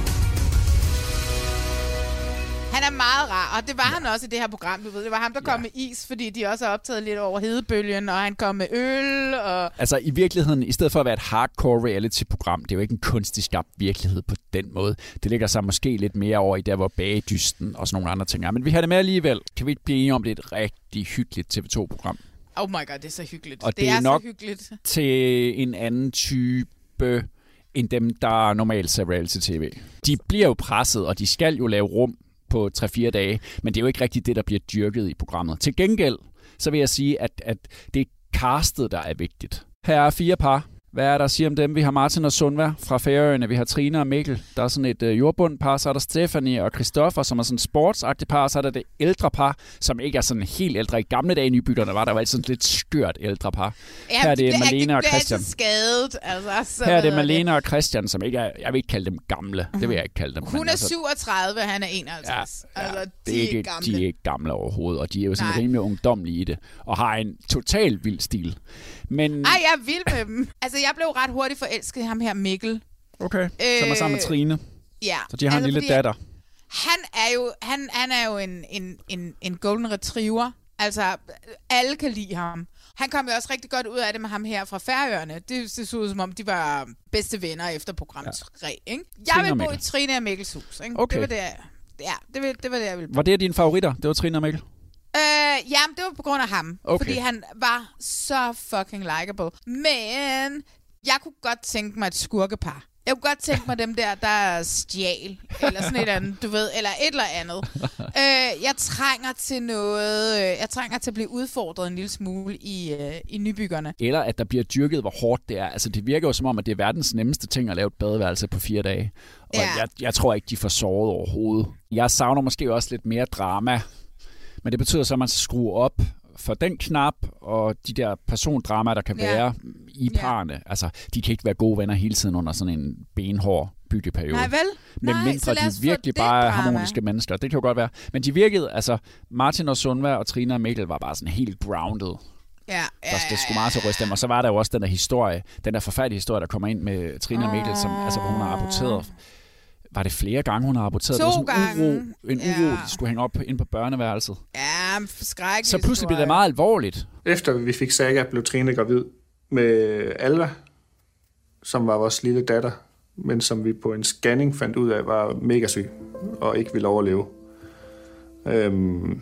Han er meget rar, og det var han også i det her program, du ved. Det var ham, der kom ja. med is, fordi de også har optaget lidt over hedebølgen, og han kom med øl. Og... Altså i virkeligheden, i stedet for at være et hardcore reality-program, det er jo ikke en kunstig skabt virkelighed på den måde. Det ligger sig måske lidt mere over i der, hvor bagedysten og sådan nogle andre ting er. Men vi har det med alligevel. Kan vi ikke blive enige om, det er et rigtig hyggeligt T V to-program? Oh my god, det er så hyggeligt. Og det, det er, er nok så hyggeligt. Til en anden type end dem, der normalt ser reality-tv. De bliver jo presset, og de skal jo lave rum på tre fire dage, men det er jo ikke rigtigt det, der bliver dyrket i programmet. Til gengæld, så vil jeg sige, at, at det er castet, der er vigtigt. Her er fire par. Hvad er der at sige om dem? Vi har Martin og Sunva fra Færøerne, vi har Trine og Mikkel. Der er sådan et øh, jordbundpar, så er der Stephanie og Christoffer, som er sådan et sportsagtigt par, så er der det ældre par, som ikke er sådan helt ældre. I gamle dage i Nybyggerne var der jo altid sådan et lidt skørt ældre par. Ja, her er det, det Malene og det Christian. Skadet, altså, her er det Malene og Christian, som ikke er, jeg vil ikke kalde dem gamle. Det vil jeg ikke kalde dem. Hun er altså, syvogtredive, han er enoghalvtreds. Ja, ja, altså, de det er, ikke, er gamle. De er ikke gamle overhovedet, og de er jo sådan Nej. rimelig ungdomlige i det, og har en total vild stil. Men... Ej, jeg er vild med dem. Altså, jeg blev ret hurtigt forelsket i ham her, Mikkel. Okay, øh, som er sammen med Trine. Ja. Så de har altså, en lille datter. Han er jo, han, han er jo en, en, en, en golden retriever. Altså, alle kan lide ham. Han kom jo også rigtig godt ud af det med ham her fra Færøerne. Det, det så ud som om, de var bedste venner efter program tre, ja. Ikke? Jeg vil bo i Trine og Mikkels hus, ikke? Okay. Det var det, ja, det var, det var det, jeg ville bo. Var det dine favoritter? Det var Trine og Mikkel? Øh, jamen, det var på grund af ham. Okay. Fordi han var så fucking likeable. Men jeg kunne godt tænke mig et skurkepar. Jeg kunne godt tænke mig dem der, der stjal, eller sådan et andet, du ved, eller et eller andet. øh, jeg trænger til noget, jeg trænger til at blive udfordret en lille smule i, øh, i Nybyggerne. Eller at der bliver dyrket, hvor hårdt det er. Altså, det virker jo som om, at det er verdens nemmeste ting at lave et badeværelse på fire dage. Og ja. jeg, jeg tror ikke, de får sovet overhovedet. Jeg savner måske også lidt mere drama, men det betyder så, at man skal skrue op for den knap, og de der persondramaer, der kan være yeah. i parerne. Yeah. Altså, de kan ikke være gode venner hele tiden under sådan en benhård byggeperiode. Nej, vel? Men Nej, mindre de virkelig bare er harmoniske mennesker. Det kan jo godt være. Men de virkede, altså, Martin og Sunva og Trine og Mikkel var bare sådan helt grounded. Ja, ja, der skal sgu meget til at ryste dem. Og så var der jo også den der historie, den der forfærdelige historie, der kommer ind med Trine og Mikkel, som, altså, hvor hun har rapporteret. Var det flere gange, hun har rapporteret? To det var sådan gange. En uro, en uro ja. de skulle hænge op ind på børneværelset. Ja, forskrækkeligt. Så pludselig blev det meget alvorligt. Efter vi fik Saga, blev Trine gravid med Alva, som var vores lille datter, men som vi på en scanning fandt ud af, var mega syg og ikke ville overleve. Øhm,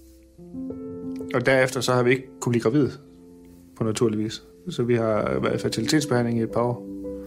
og derefter så har vi ikke kunne blive gravid på naturlig vis. Så vi har været i fertilitetsbehandling i et par år.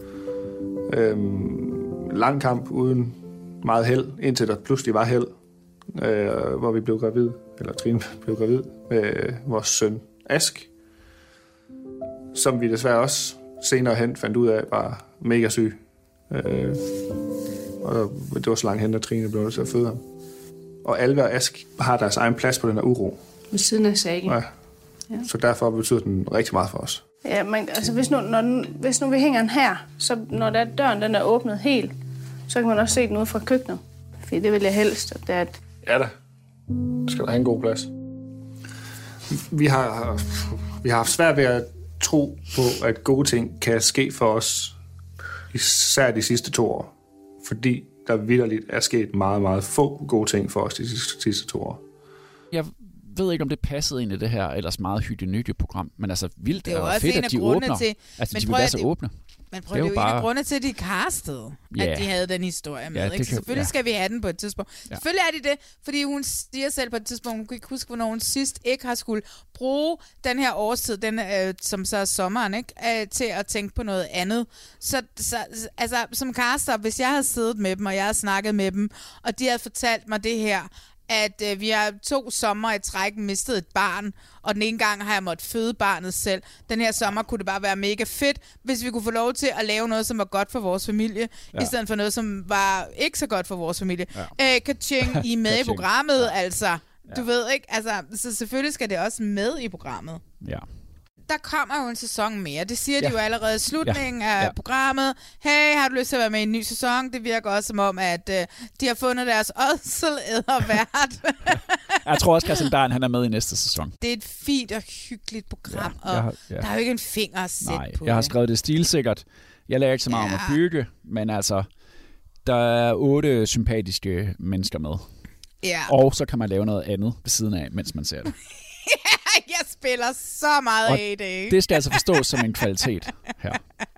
Øhm, lang kamp uden meget held, indtil der pludselig var held, øh, hvor vi blev gravid, eller Trine blev gravid med vores søn Ask, som vi desværre også senere hen fandt ud af var mega syg. Øh, og det var så langt hen, at Trine blev nødt til at føde ham. Og Alva og Ask har deres egen plads på den her uro. Ved siden af Saga. Ja. Ja. Så derfor betyder den rigtig meget for os. Ja, men altså, hvis nu, når den, hvis nu vi hænger den her, så når der døren den er åbnet helt, så kan man også se den ud fra køkkenet. For det vil jeg helst, at det er et... Ja da. Skal der have en god plads. Vi har, vi har haft svært ved at tro på, at gode ting kan ske for os, især de sidste to år. fordi der vitterligt er sket meget, meget få gode ting for os de sidste to år. Jeg ved ikke, om det passede ind i det her ellers meget hyggelige program, men altså vildt det er og fedt, at de åbner. Til, altså, de vil være så det, åbne. Men prøv, det er jo bare... en af grunde til, at de castede, yeah. at de havde den historie med. Ja, ikke? Så kan... selvfølgelig ja. skal vi have den på et tidspunkt. Ja. Selvfølgelig er det det, fordi hun siger selv på et tidspunkt, hun kan ikke huske, hvornår hun sidst ikke har skulle bruge den her årstid, den, øh, som så er sommeren, ikke? Øh, til at tænke på noget andet. Så, så altså, som caster, hvis jeg havde siddet med dem, og jeg havde snakket med dem, og de havde fortalt mig det her, at øh, vi har to sommer i træk mistet et barn, og den ene gang har jeg måttet føde barnet selv. Den her sommer kunne det bare være mega fedt, hvis vi kunne få lov til at lave noget, som var godt for vores familie, ja. i stedet for noget, som var ikke så godt for vores familie. Ja. Øh, Kaching, I med i programmet, ja. altså. Ja. Du ved ikke, altså, så selvfølgelig skal det også med i programmet. Ja. Der kommer jo en sæson mere. Det siger ja. de jo allerede i slutningen ja. af ja. programmet. Hey, har du lyst til at være med i en ny sæson? Det virker også som om, at uh, de har fundet deres ådselædervært. Jeg tror også, Christian Bern, han er med i næste sæson. Det er et fint og hyggeligt program, ja, og har, ja. der er jo ikke en finger at sætte Nej, på jeg har det. skrevet det stilsikkert. Jeg lærer ikke så meget ja. om at bygge, men altså, der er otte sympatiske mennesker med. Ja. Og så kan man lave noget andet ved siden af, mens man ser det. Jeg spiller så meget og af det. Det skal altså forstås som en kvalitet her.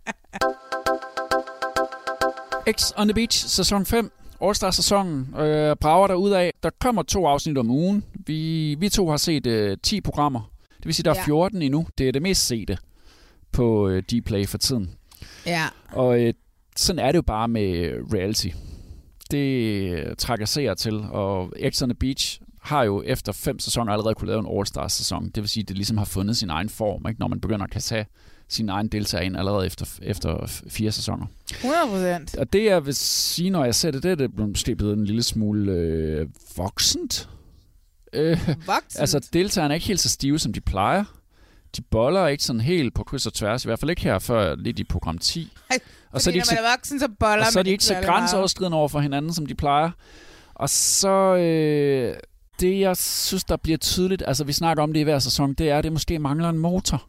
X on the Beach, sæson fem. All-Star-sæsonen øh, brager der ud af. Der kommer to afsnit om ugen. Vi, vi to har set øh, ti programmer. Det vil sige, der er ja. fjorten endnu. Det er det mest sete på øh, Dplay for tiden. Ja. Og øh, sådan er det jo bare med reality. Det trakasserer til, og X on the Beach har jo efter fem sæsoner allerede kunne lave en All-Star-sæson. Det vil sige, at det ligesom har fundet sin egen form, ikke? Når man begynder at kan tage sin egen deltager ind allerede efter, efter fire sæsoner. hundrede procent. Og det, jeg vil sige, når jeg ser det, det er det måske blevet en lille smule øh, voksent. Øh, voksent? Altså, deltagerne er ikke helt så stive, som de plejer. De boller ikke sådan helt på kryds og tværs, i hvert fald ikke her før lidt i program ti. Ej, og så er de ikke så, voksen, så, boller, og så, er de ikke så grænseoverskridende over for hinanden, som de plejer. Og så øh, det, jeg synes, der bliver tydeligt, altså vi snakker om det i hver sæson, det er, at det måske mangler en motor.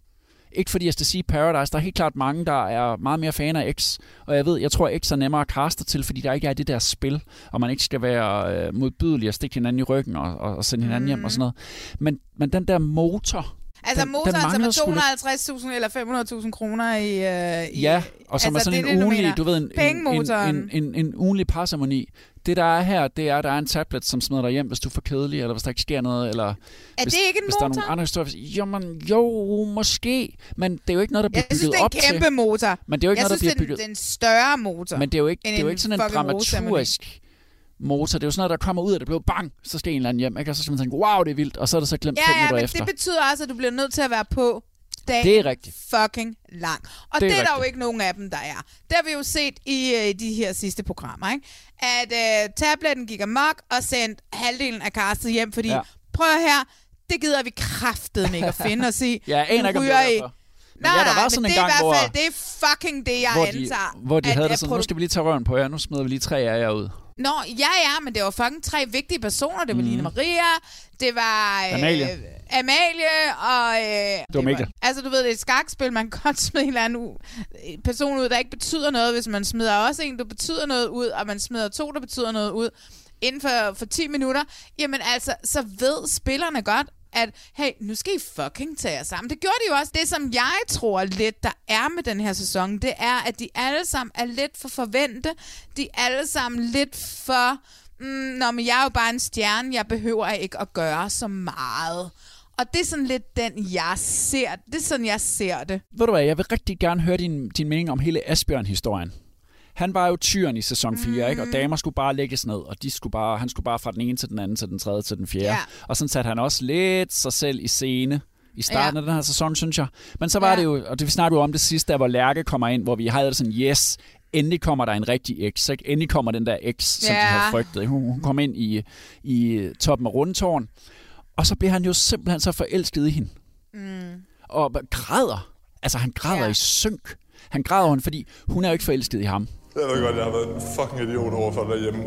Ikke fordi jeg skal sige Paradise, der er helt klart mange, der er meget mere fan af X. Og jeg ved, jeg tror, X er nemmere at kaste til, fordi der ikke er det der spil, og man ikke skal være øh, modbydelig og stikke hinanden i ryggen og, og, og sende hinanden mm. hjem og sådan noget. Men, men den der motor... Altså den, motoren, den som er to hundrede og halvtreds tusind eller fem hundrede tusind kroner i... Øh, i ja, og som altså, er sådan det, en ugenlig, du ved, en, en, en, en, en, en ugenlig parsermoni. Det, der er her, det er, at der er en tablet, som smider dig hjem, hvis du er for kedelig, eller hvis der ikke sker noget, eller... Er hvis, det ikke en hvis motor? Der er nogle andre historier. Jo, man, jo, måske, men det er jo ikke noget, der bliver bygget op til. Jeg synes, det er en kæmpe motor. Men det er jo ikke jeg noget, synes, der bliver bygget... det er en større motor. Men det er jo ikke, det er jo ikke sådan en dramaturgisk motor. Det er jo sådan noget, der kommer ud, og det bliver bang, så skal en eller anden hjem. Ikke? Og så skal man tænke, wow, det er vildt, og så er det så glemt ja, fem ja, minutter men efter. Det betyder også, at du bliver nødt til at være på dagen det er rigtigt. fucking lang. Og det er, det er der jo ikke nogen af dem, der er. Det har vi jo set i uh, de her sidste programmer, ikke? At uh, tabletten gik amok og sendte halvdelen af castet hjem, fordi ja. prøv her, det gider vi kraftedeme ikke at finde og sige. Ja, en ikke om det derfor. Nej, ja, der var nej, sådan men en det er gang, i hvert fald, hvor, det er fucking det, jeg hvor de, antager. Hvor de at, havde at det sådan, produ- nu skal vi lige tage røven på jer, nu smider vi lige tre af jer ud. Nå, ja, ja, men det var fucking tre vigtige personer. Det var mm. Line Maria, det var øh, Amalie. Amalie, og... Øh, det var Mikkel. Altså, du ved, det er et skakspil, man kan godt smide en eller anden u- person ud, der ikke betyder noget, hvis man smider også en, der betyder noget ud, og man smider to, der betyder noget ud, inden for, for ti minutter. Jamen altså, så ved spillerne godt, at hey, nu skal I fucking tage jer sammen. Det gjorde de jo også. Det, som jeg tror lidt, der er med den her sæson, det er, at de alle sammen er lidt for forvente. De er alle sammen lidt for... Mm, nå, men jeg er jo bare en stjerne. Jeg behøver ikke at gøre så meget. Og det er sådan lidt den, jeg ser. Det er sådan, jeg ser det. Ved du hvad, jeg vil rigtig gerne høre din, din mening om hele Asbjørn-historien. Han var jo tyren i sæson fire, mm. ikke? Og damer skulle bare lægges ned, og de skulle bare, han skulle bare fra den ene til den anden, til den tredje, til den fjerde. Ja. Og sådan satte han også lidt sig selv i scene i starten ja. af den her sæson, synes jeg. Men så var ja. det jo, og det vi snakkede jo om det sidste, der hvor Lærke kommer ind, hvor vi havde det sådan, yes, endelig kommer der en rigtig X, ikke? Endelig kommer den der X, som ja. de havde frygtet. Hun, hun kom ind i, i toppen af rundetårn, og så bliver han jo simpelthen så forelsket i hende. Mm. Og græder. Altså, han græder ja. i synk. Han græder hun, fordi hun er jo ikke forelsket i ham. Jeg ved godt, jeg har været en fucking idiot overfor derhjemme,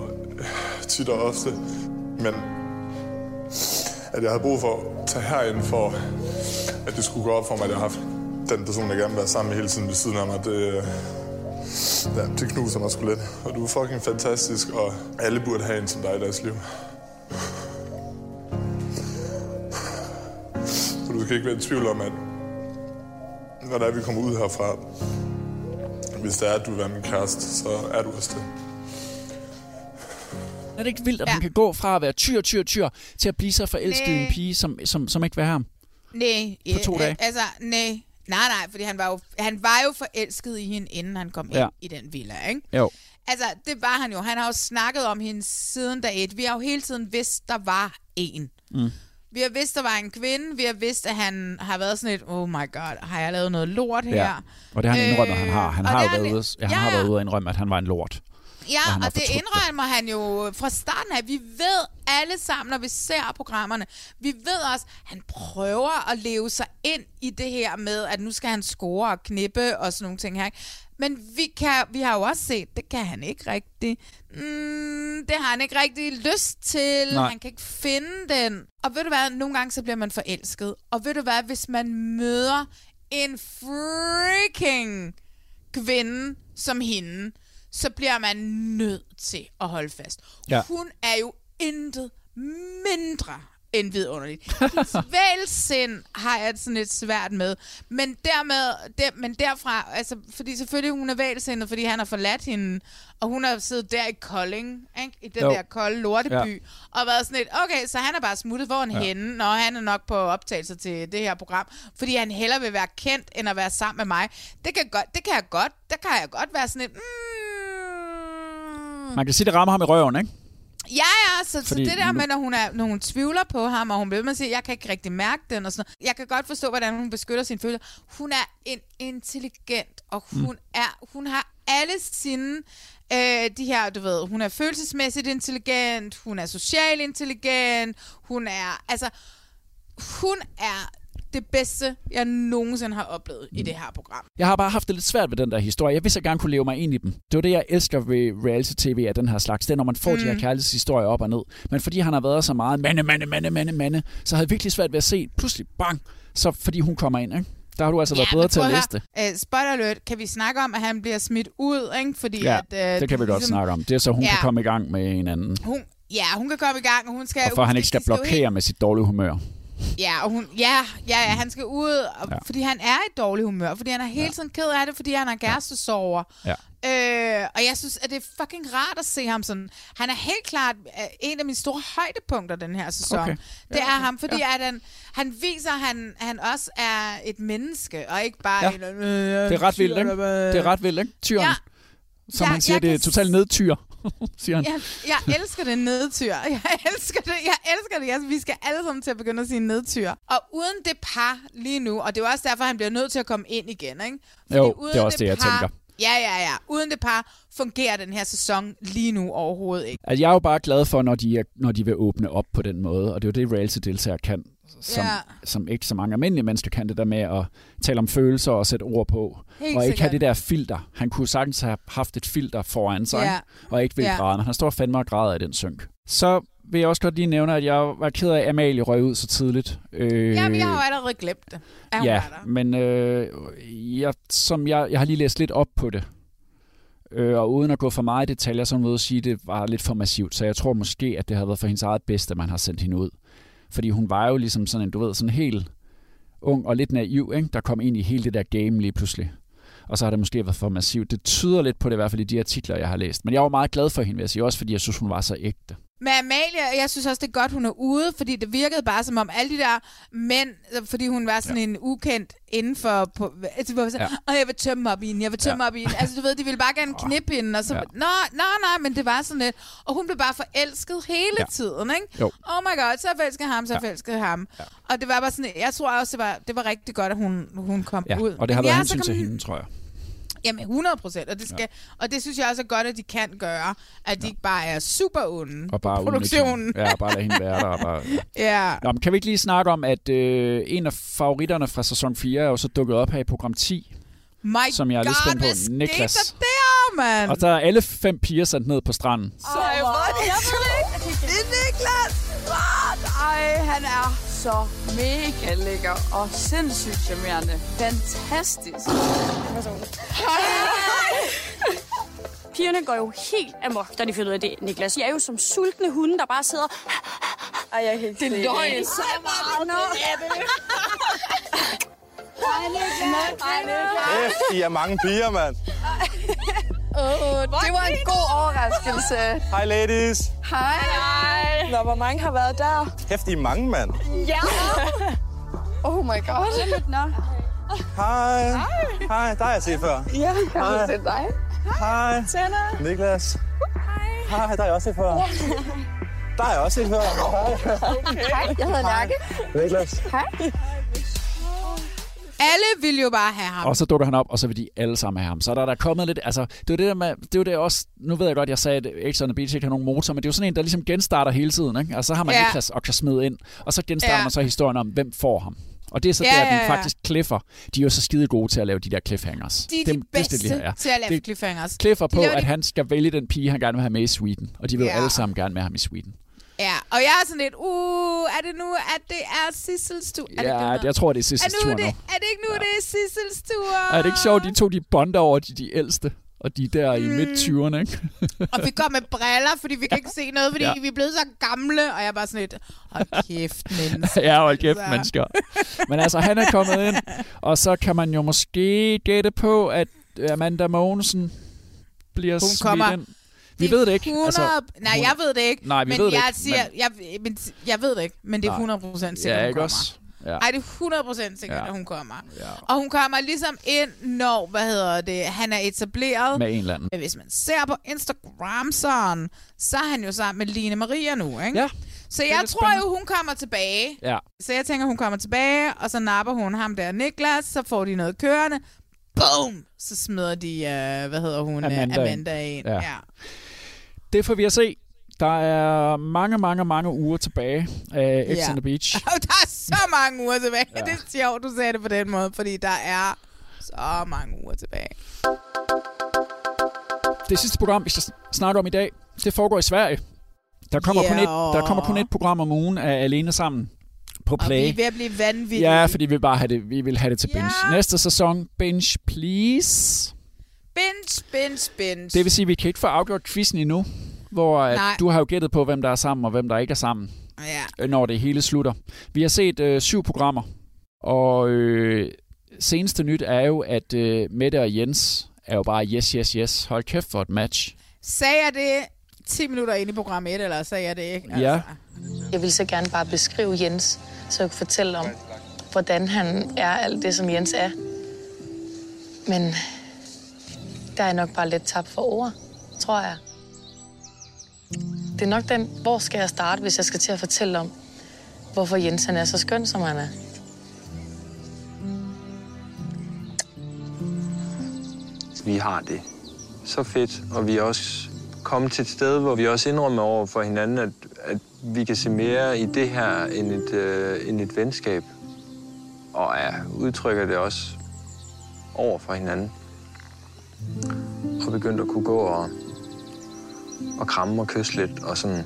tit og ofte. Men at jeg havde brug for at tage herind for, at det skulle gå op for mig, at jeg har haft den person, jeg gerne vil være sammen med hele tiden ved siden af mig, det, Ja, det knuser mig sgu lidt. Og du er fucking fantastisk, og alle burde have en som dig i deres liv. Så du skal ikke være i tvivl om, at når der er, vi kommer ud herfra, hvis det er, at du vil være min kæreste, så er du også det. Er det ikke vildt, at ja. man kan gå fra at være tyr, tyr, tyr, til at blive så forelsket i en pige, som, som, som ikke vil have ham? Nej. På to dage? Altså, nej. Nej, nej, fordi han var jo, han var jo forelsket i hende, inden han kom ja. ind i den villa, ikke? Jo. Altså, det var han jo. Han har jo snakket om hende siden dag et. Vi har jo hele tiden vidst, der var en. Mm. Vi har vidst, der var en kvinde. Vi har vidst, at han har været sådan et, oh my god, har jeg lavet noget lort her? Ja. Og det har han indrømmet, han har. Han, har, jo han, været ude, ja, han ja, har været ude og indrømme, at han var en lort. Ja, og, og det indrømmer han jo fra starten af. Vi ved alle sammen, når vi ser programmerne, vi ved også, at han prøver at leve sig ind i det her med, at nu skal han score og knippe og sådan nogle ting her. Men vi, kan, vi har jo også set, det kan han ikke rigtig. Mm, det har han ikke rigtig lyst til. Nej. Han kan ikke finde den. Og ved du hvad, nogle gange så bliver man forelsket. Og ved du hvad, hvis man møder en freaking kvinde som hende, så bliver man nødt til at holde fast. Ja. Hun er jo intet mindre end vidunderligt. Hendes vælsind har jeg sådan lidt svært med. Men dermed, der, men derfra, altså, fordi selvfølgelig hun er vælsindet, fordi han har forladt hende, og hun har siddet der i Kolding, ikke? I den jo. der kolde lorteby, ja. og været sådan lidt, okay, så han er bare smuttet foran ja. hende, og han er nok på optagelser til det her program, fordi han hellere vil være kendt, end at være sammen med mig. Det kan, godt, det kan jeg godt, der kan jeg godt være sådan lidt, mm, man kan sige, det rammer ham i røven, ikke? Ja, ja, så, så det der med, når hun, er, når hun tvivler på ham, og hun bliver med at sige, jeg kan ikke rigtig mærke den, og sådan noget. Jeg kan godt forstå, hvordan hun beskytter sine følelser. Hun er en intelligent, og hun, mm. er, hun har alle sine, øh, de her, du ved, hun er følelsesmæssigt intelligent, hun er socialt intelligent, hun er, altså, hun er det bedste, jeg nogensinde har oplevet mm. i det her program. Jeg har bare haft det lidt svært ved den der historie. Jeg vil så gerne kunne leve mig ind i dem. Det var det, jeg elsker ved reality-tv af den her slags. Det er, når man får mm. de her kærlighedshistorier op og ned. Men fordi han har været så meget mande, mande, mande, mande, mande, så havde jeg virkelig svært ved at se pludselig, bang, så fordi hun kommer ind, ikke? Der har du altså ja, været bedre til at læse det. Uh, spoiler alert, kan vi snakke om, at han bliver smidt ud, ikke? Fordi ja, at, uh, det kan vi godt ligesom snakke om. Det er så, hun ja. kan komme i gang med en anden. Hun, ja, hun kan komme i gang, og hun skal... Og for hun han ikke skal blokere helt... med sit dårlige humør. Ja, og hun, ja, ja, ja, han skal ud, og, ja. fordi han er i dårlig humør, fordi han er hele tiden ked af det, fordi han har kærestesorger. Ja. Øh, og jeg synes, at det er fucking rart at se ham sådan. Han er helt klart en af mine store højdepunkter den her sæson. Okay. Det er ham, fordi ja. at han, han viser, at han, han også er et menneske, og ikke bare... Ja. En, øh, det er ret vildt, ikke? Det er ret vildt, ikke? Tyren. Ja. Som ja, han siger, det er totalt nedtyr, siger han. Jeg, jeg elsker det nedtyr. Jeg elsker det. Jeg elsker det. Jeg, vi skal alle sammen til at begynde at sige nedtyr. Og uden det par lige nu, og det er også derfor, han bliver nødt til at komme ind igen, ikke? Fordi jo, det er også det, det jeg par, tænker. Ja, ja, ja. Uden det par fungerer den her sæson lige nu overhovedet ikke. Altså, jeg er jo bare glad for, når de, er, når de vil åbne op på den måde, og det er jo det, reality-deltagere kan, som, ja. som ikke så mange almindelige mennesker kan, det der med at tale om følelser og sætte ord på. Helt og ikke sikkert. Have det der filter. Han kunne sagtens have haft et filter foran sig, ja. og ikke vil ja. græde, men han står fandme og græder i den synk. Så vil jeg også godt lige nævne, at jeg var ked af, at Amalie røg ud så tidligt. Øh, Jamen, jeg har jo allerede glemt det. Ja, men øh, jeg, som jeg, jeg har lige læst lidt op på det. Øh, og uden at gå for meget i detaljer, så må jeg sige, at det var lidt for massivt. Så jeg tror måske, at det har været for hendes eget bedste, man har sendt hende ud. Fordi hun var jo ligesom sådan en, du ved, sådan helt ung og lidt naiv, ikke? Der kom ind i hele det der game lige pludselig. Og så har det måske været for massivt. Det tyder lidt på det, i hvert fald i de artikler, jeg har læst. Men jeg var meget glad for hende, vil jeg sige, også fordi jeg synes, hun var så ægte. Men Amalie, jeg synes også, det er godt, hun er ude, fordi det virkede bare som om alle de der mænd, fordi hun var sådan ja. en ukendt inden for, på, altså, hvor ja. og jeg vil tømme op i hende, jeg vil tømme ja. op i hende. Altså, du ved, de ville bare gerne knippe hende, og så, ja. nå, nå, nej, men det var sådan lidt, og hun blev bare forelsket hele ja. tiden, ikke? Jo. Oh my god, så forelskede ham, så ja. forelskede ham. Ja. Og det var bare sådan, jeg tror også, det var, det var rigtig godt, at hun, hun kom ja. ud. Og det har været hensyn til hende, tror jeg. Jamen hundrede procent, og det skal, ja. og det synes jeg også er godt, at de kan gøre, at de ja. ikke bare er super onde og bare produktionen. Ja, bare lad hende være der. Og bare, ja. ja. Nå, men kan vi ikke lige snakke om, at øh, en af favoritterne fra sæson fire er jo så dukket op her i program ti, My som jeg er lidt spændt på, God, Niklas. Det der, mand? Og der er alle fem piger sendt ned på stranden. Så Ej, hvor er det? Jeg ved ikke. Det er Niklas. Ej, han er så mega lækker og sindssygt charmerende. Fantastisk. pigerne går jo helt amok, da de finder ud af det, Niklas. Jeg er jo som sultne hunde, der bare sidder... Ej, jeg er helt... Det er løgn så meget. Nå, hej, Niklas. Hej, Niklas. F, I er mange piger, mand. Oh, det var en god overraskelse. Hej, ladies. Hej. Hej. Nå, hvor mange har været der? Kæft, I er mange, mand. Ja. Oh my god. Nå. Hej. Hej. Hej, dig har jeg set før. Ja, jeg har set dig. Hej. Tanner. Niklas. Hej. Hej, dig har jeg også set før. Ja. Der har jeg også set før. Hej. Okay. Hej, jeg hedder Lærke. Niklas. Hej. Alle vil jo bare have ham. Og så dukker han op, og så vil de alle sammen have ham. Så der er der kommet lidt... Altså, det er det der med... Det er jo det også... Nu ved jeg godt, jeg sagde, at X on the Beach ikke har nogen motor, men det er jo sådan en, der ligesom genstarter hele tiden, ikke? Altså, så har man ja. Niklas og kan smide ind, og så genstarter ja. man så historien om, hvem får ham. Og det er så ja, der, ja, ja. den faktisk Cliffer. De er jo så skide gode til at lave de der cliffhangers. De er Dem, de bedste det, de til at lave det, cliffhangers. Cliffer på, at de... han skal vælge den pige, han gerne vil have med i Sweden. Og de vil ja. jo alle sammen gerne med ham i Sweden. Ja, og jeg er sådan lidt, uh, er det nu, at det er Sissels tur? Er ja, det jeg tror, det er Sissels tur nu. Det, er det ikke nu, ja. det er Sissels tur? Er det ikke sjovt, de to de bonder over de, de ældste? Og de der mm. i midt-tyverne, ikke? Og vi går med briller, fordi vi kan ikke se noget, fordi ja. vi er blevet så gamle. Og jeg er bare sådan lidt, hold kæft, mennesker. Ja, hold kæft, mennesker. Men altså, han er kommet ind, og så kan man jo måske gætte på, at Amanda Mogensen bliver Hun smidt kommer... ind. Vi ved det ikke. hundrede... Altså, nej, jeg ved det ikke. Nej, vi men ved det jeg ikke. Siger, men... Jeg, men jeg ved det ikke, men det er hundrede procent sikkert, ja, hun kommer. Også? Ja. Ej, det er hundrede procent sikkert, ja. at hun kommer. Ja. Og hun kommer ligesom ind, når, hvad hedder det, han er etableret. Med en eller anden. Men hvis man ser på Instagram, sådan, så er han jo sammen med Line Maria nu, ikke? Ja. Så jeg tror spændende. jo, hun kommer tilbage. Ja. Så jeg tænker, hun kommer tilbage, og så napper hun ham der Niklas, så får de noget kørende. Boom! Så smider de, uh, hvad hedder hun, Amanda, Amanda ind. Ja. ja. Det får vi at se. Der er mange, mange, mange uger tilbage af X ja. on the Beach. Og der er så mange uger tilbage. Ja. Det er sjovt, du sagde det på den måde, fordi der er så mange uger tilbage. Det sidste program, vi skal snakke om i dag, det foregår i Sverige. Der kommer, yeah. kun, et, der kommer kun et program om ugen af Alene Sammen på Play. Og vi er ved at blive vanvittige. Ja, fordi vi vil bare have det, vi vil have det til ja. binge. Næste sæson, binge please. Binge, binge, binge. Det vil sige, at vi kan ikke få afgjort quizzen endnu. Hvor at du har jo gættet på, hvem der er sammen og hvem der ikke er sammen, ja. når det hele slutter. Vi har set øh, syv programmer, og øh, seneste nyt er jo, at øh, Mette og Jens er jo bare yes, yes, yes. Hold kæft for et match. Sagde jeg det ti minutter ind i program et, eller sagde jeg det ikke? Altså. Ja. Jeg vil så gerne bare beskrive Jens, så jeg kan fortælle om, hvordan han er alt det, som Jens er. Men der er nok bare lidt tabt for ord, tror jeg. Det er nok den, hvor skal jeg starte, hvis jeg skal til at fortælle om, hvorfor Jens han er så skøn, som han er. Vi har det så fedt, og vi er også kommet til et sted, hvor vi også indrømmer over for hinanden, at, at vi kan se mere i det her end et, øh, end et venskab. Og ja, udtrykker det også over for hinanden. Og begyndt at kunne gå og og kramme og kysse lidt, og sådan.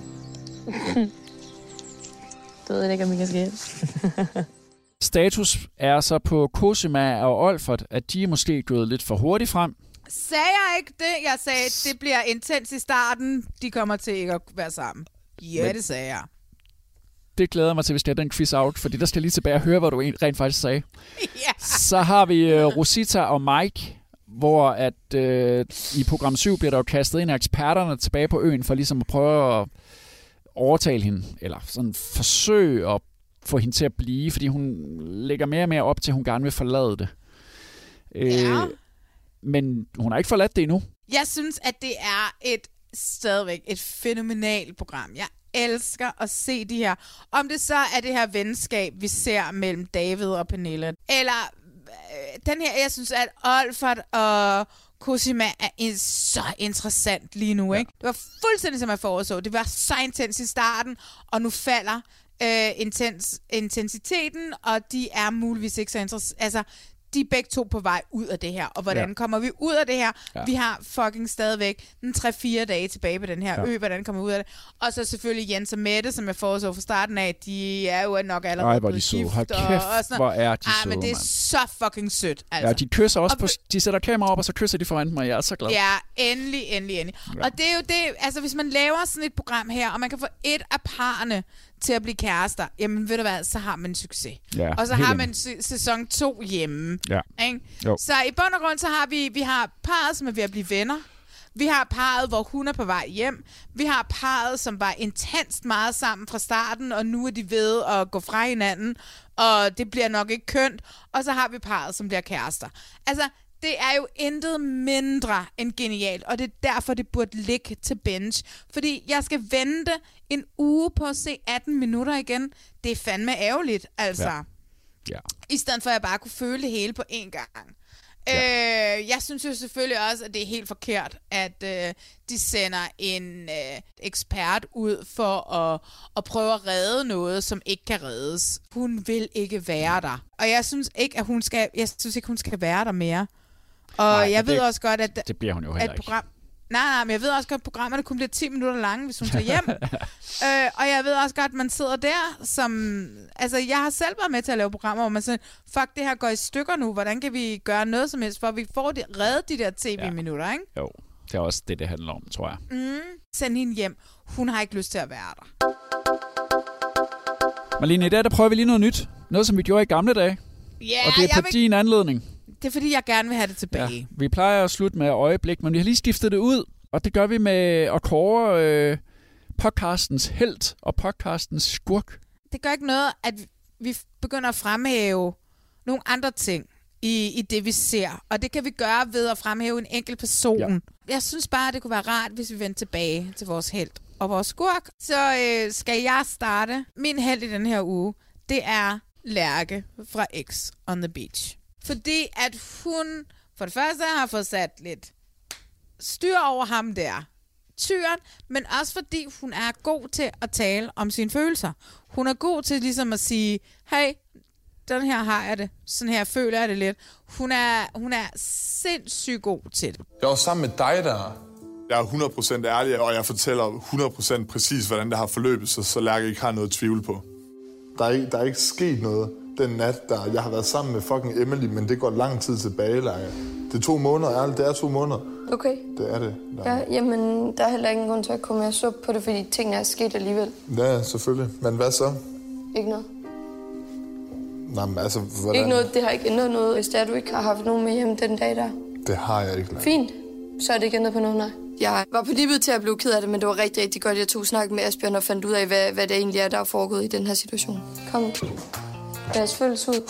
Du ved ikke, om vi kan ske. Status er så på Cosima og Olfert, at de er måske gået lidt for hurtigt frem. Sagde jeg ikke det? Jeg sagde, det bliver intens i starten. De kommer til ikke at være sammen. Ja, Men det sagde jeg. Det glæder mig til, hvis det er den quiz out, fordi der skal jeg lige tilbage og høre, hvad du rent faktisk sagde. Ja. Så har vi uh, Rosita og Mike, hvor at øh, i program syv bliver der jo kastet ind af eksperterne tilbage på øen, for ligesom at prøve at overtale hende, eller sådan forsøge at få hende til at blive, fordi hun lægger mere og mere op til, at hun gerne vil forlade det. Ja. Øh, men hun har ikke forladt det endnu. Jeg synes, at det er et stadigvæk et fænomenalt program. Jeg elsker at se de her. Om det så er det her venskab, vi ser mellem David og Pernille, eller den her, jeg synes, at Olfert og Cosima er så interessant lige nu, ikke? Det var fuldstændig, som jeg forudså. Det var så intens i starten, og nu falder øh, intens, intensiteten, og de er muligvis ikke så interessante. Altså, de er begge to på vej ud af det her. Og hvordan ja. kommer vi ud af det her? Ja. Vi har fucking stadigvæk den tre-fire dage tilbage på den her ja. ø. Hvordan kommer vi ud af det? Og så selvfølgelig Jens og Mette, som jeg foreså fra starten af. De er jo nok allerede Ej, hvor de søde. Hold kæft, og, og hvor er de søde, men det er man. så fucking sødt. Altså. Ja, de kysser også og, på... De sætter kamera op, og så kysser de foran mig. Jeg er så glad. Ja, endelig, endelig, endelig. Ja. Og det er jo det... Altså, hvis man laver sådan et program her, og man kan få et af parerne til at blive kærester, jamen ved du hvad, så har man succes. Ja, og så har man s- sæson to hjemme. Ja. Ikke? Så i bund og grund, så har vi, vi har parret, som er ved at blive venner. Vi har parret, hvor hun er på vej hjem. Vi har parret, som var intenst meget sammen fra starten, og nu er de ved at gå fra hinanden, og det bliver nok ikke kønt. Og så har vi parret, som bliver kærester. Altså, det er jo intet mindre end genialt, og det er derfor, det burde ligge til binge. Fordi jeg skal vente en uge på at se atten minutter igen. Det er fandme ærgerligt, altså. Ja. Ja. I stedet for, at jeg bare kunne føle det hele på én gang. Ja. Øh, jeg synes jo selvfølgelig også, at det er helt forkert, at øh, de sender en øh, ekspert ud for at, at prøve at redde noget, som ikke kan reddes. Hun vil ikke være der. Og jeg synes ikke, at hun skal, jeg synes ikke, hun skal være der mere. Og nej, jeg det, ved også godt, at, det bliver hun jo heller at program, nej, nej, men jeg ved også godt, at programmerne kun bliver ti minutter lange, hvis hun tager hjem. øh, og jeg ved også godt, at man sidder der som... Altså, jeg har selv været med til at lave programmer, hvor man siger, fuck, det her går i stykker nu. Hvordan kan vi gøre noget som helst, for at vi får de, reddet de der tv-minutter, ikke? Jo, det er også det, det handler om, tror jeg. Mm, send hende hjem. Hun har ikke lyst til at være der. Marlene, i dag der prøver vi lige noget nyt. Noget, som vi gjorde i gamle dage. Ja, og det er på vil... din anledning. Det er fordi, jeg gerne vil have det tilbage. Ja, vi plejer at slutte med øjeblik, men vi har lige skiftet det ud. Og det gør vi med at kåre øh, podcastens helt og podcastens skurk. Det gør ikke noget, at vi begynder at fremhæve nogle andre ting i, i det, vi ser. Og det kan vi gøre ved at fremhæve en enkelt person. Ja. Jeg synes bare, det kunne være rart, hvis vi vendte tilbage til vores helt og vores skurk. Så øh, skal jeg starte. Min helt i den her uge, det er Lærke fra X on the Beach. Fordi at hun for det første har fået sat lidt styr over ham der, tyren, men også fordi hun er god til at tale om sine følelser. Hun er god til ligesom at sige, hey, den her har jeg det, sådan her føler jeg det lidt. Hun er, hun er sindssygt god til det. Jeg var sammen med dig der. Jeg er hundrede procent ærlig, og jeg fortæller hundrede procent præcis, hvordan det har forløbet, så, så Lærke ikke har noget tvivl på. Der er, ikke, der er ikke sket noget den nat, der jeg har været sammen med fucking Emily, men det går lang tid tilbage, Lærke. Det er to måneder, ærligt. Det er to måneder. Okay. Det er det. Ja, jamen, der er heller ingen grund til at komme mere sup på det, fordi tingene er sket alligevel. Ja, selvfølgelig. Men hvad så? Ikke noget. Nej, men altså, hvordan? Ikke noget, det har ikke ændret noget, hvis det er, du ikke har haft nogen med hjem den dag der. Det har jeg ikke. Lærke. Fint. Så er det ikke ændret på noget, nej. Jeg var på livet til at blive ked af det, men det var rigtig, rigtig godt, jeg tog snak med Asbjørn og fandt ud af, hvad, hvad det egentlig er, der er foregået i den her situation. Kom. Lad os føles ud.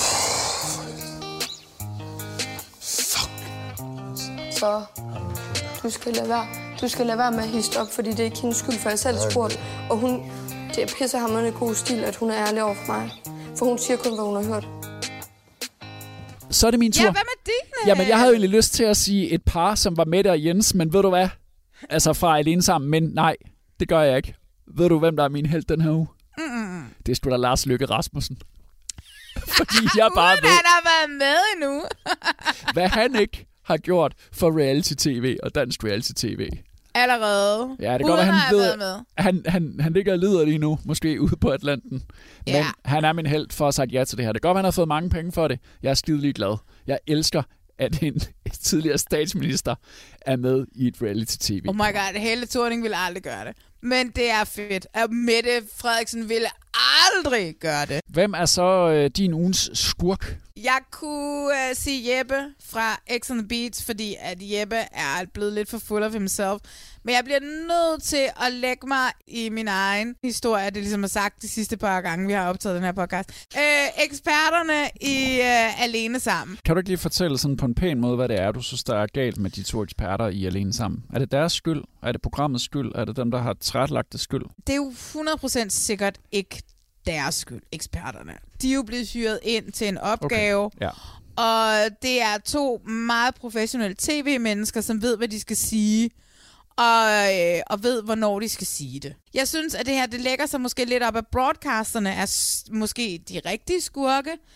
Så du skal lade være. Du skal lade være med at hisse op, fordi det er ikke hendes skyld, for jeg selv spurgte. Og hun, det er pissehammerende god stil, at hun er ærlig over for mig. For hun siger kun, hvad hun har hørt. Så er det min tur. Ja, hvad med dine? Jamen, jeg havde jo egentlig lyst til at sige et par, som var Mette og Jens, men ved du hvad? Altså fra Alene Sammen, men nej, det gør jeg ikke. Ved du, hvem der er min helt den her uge? Mm-mm. Det er sgu da Lars Løkke Rasmussen. Fordi jeg bare ved, han har været med endnu. hvad han ikke har gjort for reality-tv og dansk reality-tv. Allerede. Ja, det kan godt, at han, ved, han, han, han ligger og lider lige nu, måske ude på Atlanten. Men ja. Han er min helt for at sige ja til det her. Det kan godt, at han har fået mange penge for det. Jeg er skidelig glad. Jeg elsker, at en tidligere statsminister er med i et reality-tv. Oh my god, Helle Thorning ville aldrig gøre det. Men det er fedt. Og Mette Frederiksen ville aldrig gøre det. Hvem er så øh, din ugens skurk? Jeg kunne øh, sige Jeppe fra X on the Beach, fordi at Jeppe er blevet lidt for full of himself. Men jeg bliver nødt til at lægge mig i min egen historie, det ligesom har sagt de sidste par gange, vi har optaget den her podcast. Øh, eksperterne i øh, Alene Sammen. Kan du ikke lige fortælle sådan på en pæn måde, hvad det er, du synes, der er galt med de to eksperter i Alene Sammen? Er det deres skyld? Er det programmets skyld? Er det dem, der har tilrettelagt det skyld? Det er jo hundrede procent sikkert ikke deres skyld, eksperterne. De er jo blevet hyret ind til en opgave, okay. Ja. Og det er to meget professionelle tv-mennesker, som ved, hvad de skal sige, og, øh, og ved, hvornår de skal sige det. Jeg synes, at det her, det lægger sig måske lidt op, at broadcasterne er s- måske de rigtige skurke,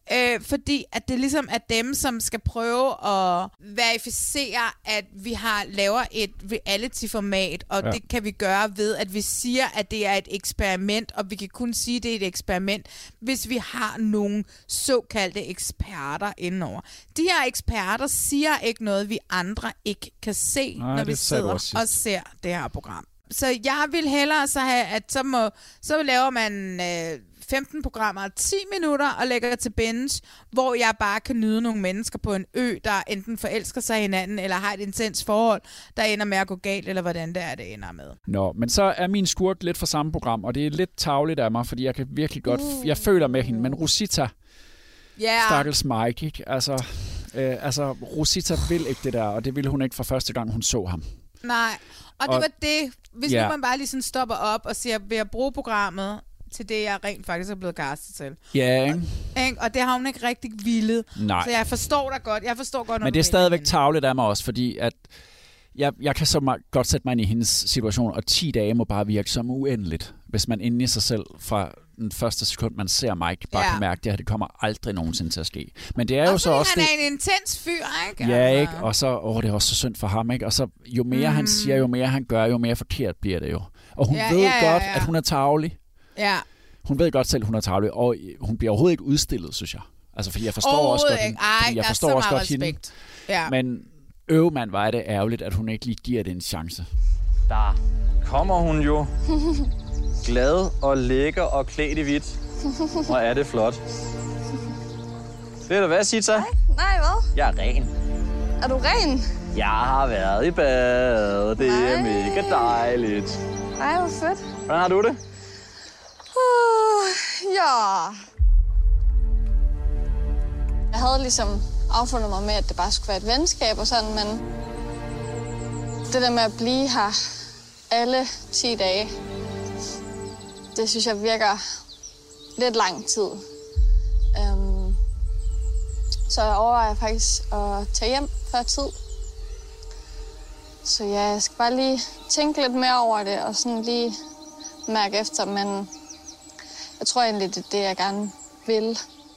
Øh, fordi at det ligesom er dem, som skal prøve at verificere, at vi har laver et reality-format, og ja. det kan vi gøre ved, at vi siger, at det er et eksperiment, og vi kan kun sige, at det er et eksperiment, hvis vi har nogle såkaldte eksperter indenover. De her eksperter siger ikke noget, vi andre ikke kan se, Nej, når vi sidder og ser det her program. Så jeg vil hellere så have, at så, må, så laver man øh, femten programmer, ti minutter og lægger til binge, hvor jeg bare kan nyde nogle mennesker på en ø, der enten forelsker sig hinanden, eller har et intens forhold, der ender med at gå galt, eller hvordan det er, det ender med. Nå, men så er min skurk lidt fra samme program, og det er lidt tarveligt af mig, fordi jeg kan virkelig godt, uh. jeg føler med hende, men Rosita, yeah. stakkels Mike, ikke? Altså, øh, altså, Rosita vil ikke det der, og det ville hun ikke fra første gang, hun så ham. Nej, og det og, var det, hvis yeah. nu man bare lige sådan stopper op og siger, vil jeg bruge programmet til det, jeg rent faktisk er blevet castet til. Ja, ikke? Og, og det har hun ikke rigtig villet. Nej. Så jeg forstår dig godt. Jeg forstår godt, men det er stadigvæk tarveligt af mig også, fordi at jeg, jeg kan så meget, godt sætte mig ind i hendes situation, og ti dage må bare virke som uendeligt, hvis man inde i sig selv fra den første sekund, man ser Mike, bare ja. kan mærke, at det kommer aldrig nogensinde til at ske. Men det er og jo så også... han det... er en intens fyr, ikke? Ja, ikke? Og så, åh, det er også så synd for ham, ikke? Og så jo mere mm. han siger, jo mere han gør, jo mere forkert bliver det jo. Og hun ja, ved ja, ja, godt, ja. at hun er tarvelig. Ja. Hun ved godt selv, hun er tarvelig, og hun bliver overhovedet ikke udstillet, synes jeg. Altså, fordi jeg forstår også godt hende. Ej, jeg forstår også godt hende. Ja. Men øvmand, var det ærgerligt, at hun ikke lige giver det en chance. Der kommer hun jo. Glad og lækker og klædt i hvidt. Og er det flot. Ved du hvad, Sita? Nej, nej, hvad? Jeg er ren. Er du ren? Jeg har været i bad. Det nej. er mega dejligt. Nej, hvor fedt. Hvordan har du det? Uh, ja. Jeg havde ligesom affundet mig med, at det bare skulle være et venskab og sådan, men det der med at blive her alle ti dage, det synes jeg virker lidt lang tid. Um, så jeg overvejer faktisk at tage hjem før tid. Så ja, jeg skal bare lige tænke lidt mere over det og sådan lige mærke efter, men jeg tror egentlig, det er det, jeg gerne vil.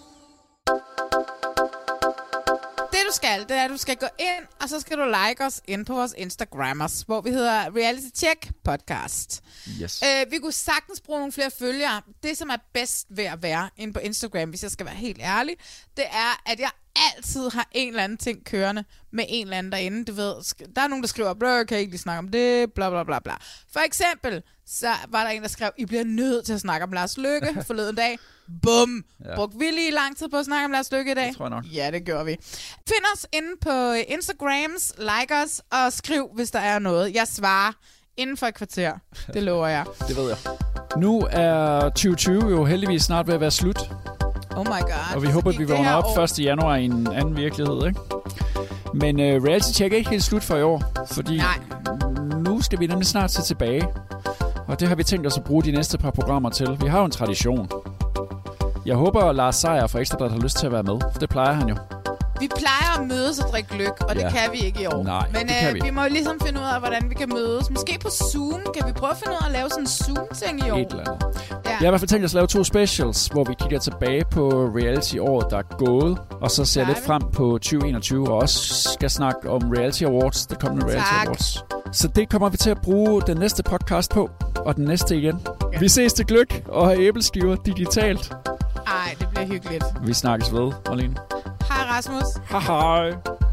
Det du skal, det er, at du skal gå ind, og så skal du like os ind på vores Instagrammers, hvor vi hedder Reality Check Podcast. Yes. Øh, vi kunne sagtens bruge nogle flere følgere. Det, som er bedst ved at være inde på Instagram, hvis jeg skal være helt ærlig, det er, at jeg altid har en eller anden ting kørende med en eller anden derinde. Du ved, der er nogen, der skriver, bro, kan jeg ikke lige snakke om det, bla bla bla bla. For eksempel, så var der en, der skrev, I bliver nødt til at snakke om Lars Løkke forleden dag. Bum! Ja. Brugte vi lige lang tid på at snakke om Lars Løkke i dag? Det tror jeg nok. Ja, det gjorde vi. Find os inde på Instagrams, like os, og skriv, hvis der er noget. Jeg svarer inden for et kvarter. Det lover jeg. Det ved jeg. Nu er tyve tyve jo heldigvis snart ved at være slut. Oh my god. Og vi håber, at vi vågner op første januar i en anden virkelighed, ikke? Men uh, Reality Check er ikke helt slut for i år, fordi Nej. nu skal vi nemlig snart se tilbage. Og det har vi tænkt os at bruge de næste par programmer til. Vi har jo en tradition. Jeg håber, at Lars Seier fra Ekstra Bladet har lyst til at være med, for det plejer han jo. Vi plejer at mødes og drikke gløgg, og det ja. kan vi ikke i år. Nej, Men det kan øh, vi. vi må ligesom finde ud af, hvordan vi kan mødes. Måske på Zoom. Kan vi prøve at finde ud af at lave sådan en Zoom-ting i år? Et eller andet. Ja. Jeg har i hvert fald tænkt os at lave to specials, hvor vi kigger tilbage på reality-året, der er gået. Og så ser lidt frem på tyve enogtyve, og også skal snakke om Reality Awards, det kommende Reality tak. Awards. Så det kommer vi til at bruge den næste podcast på, og den næste igen. Ja. Vi ses til gløgg og æbleskiver digitalt. Ej, det bliver hyggeligt. Vi snakkes ved, Marlene. Hej Rasmus. Hej hej.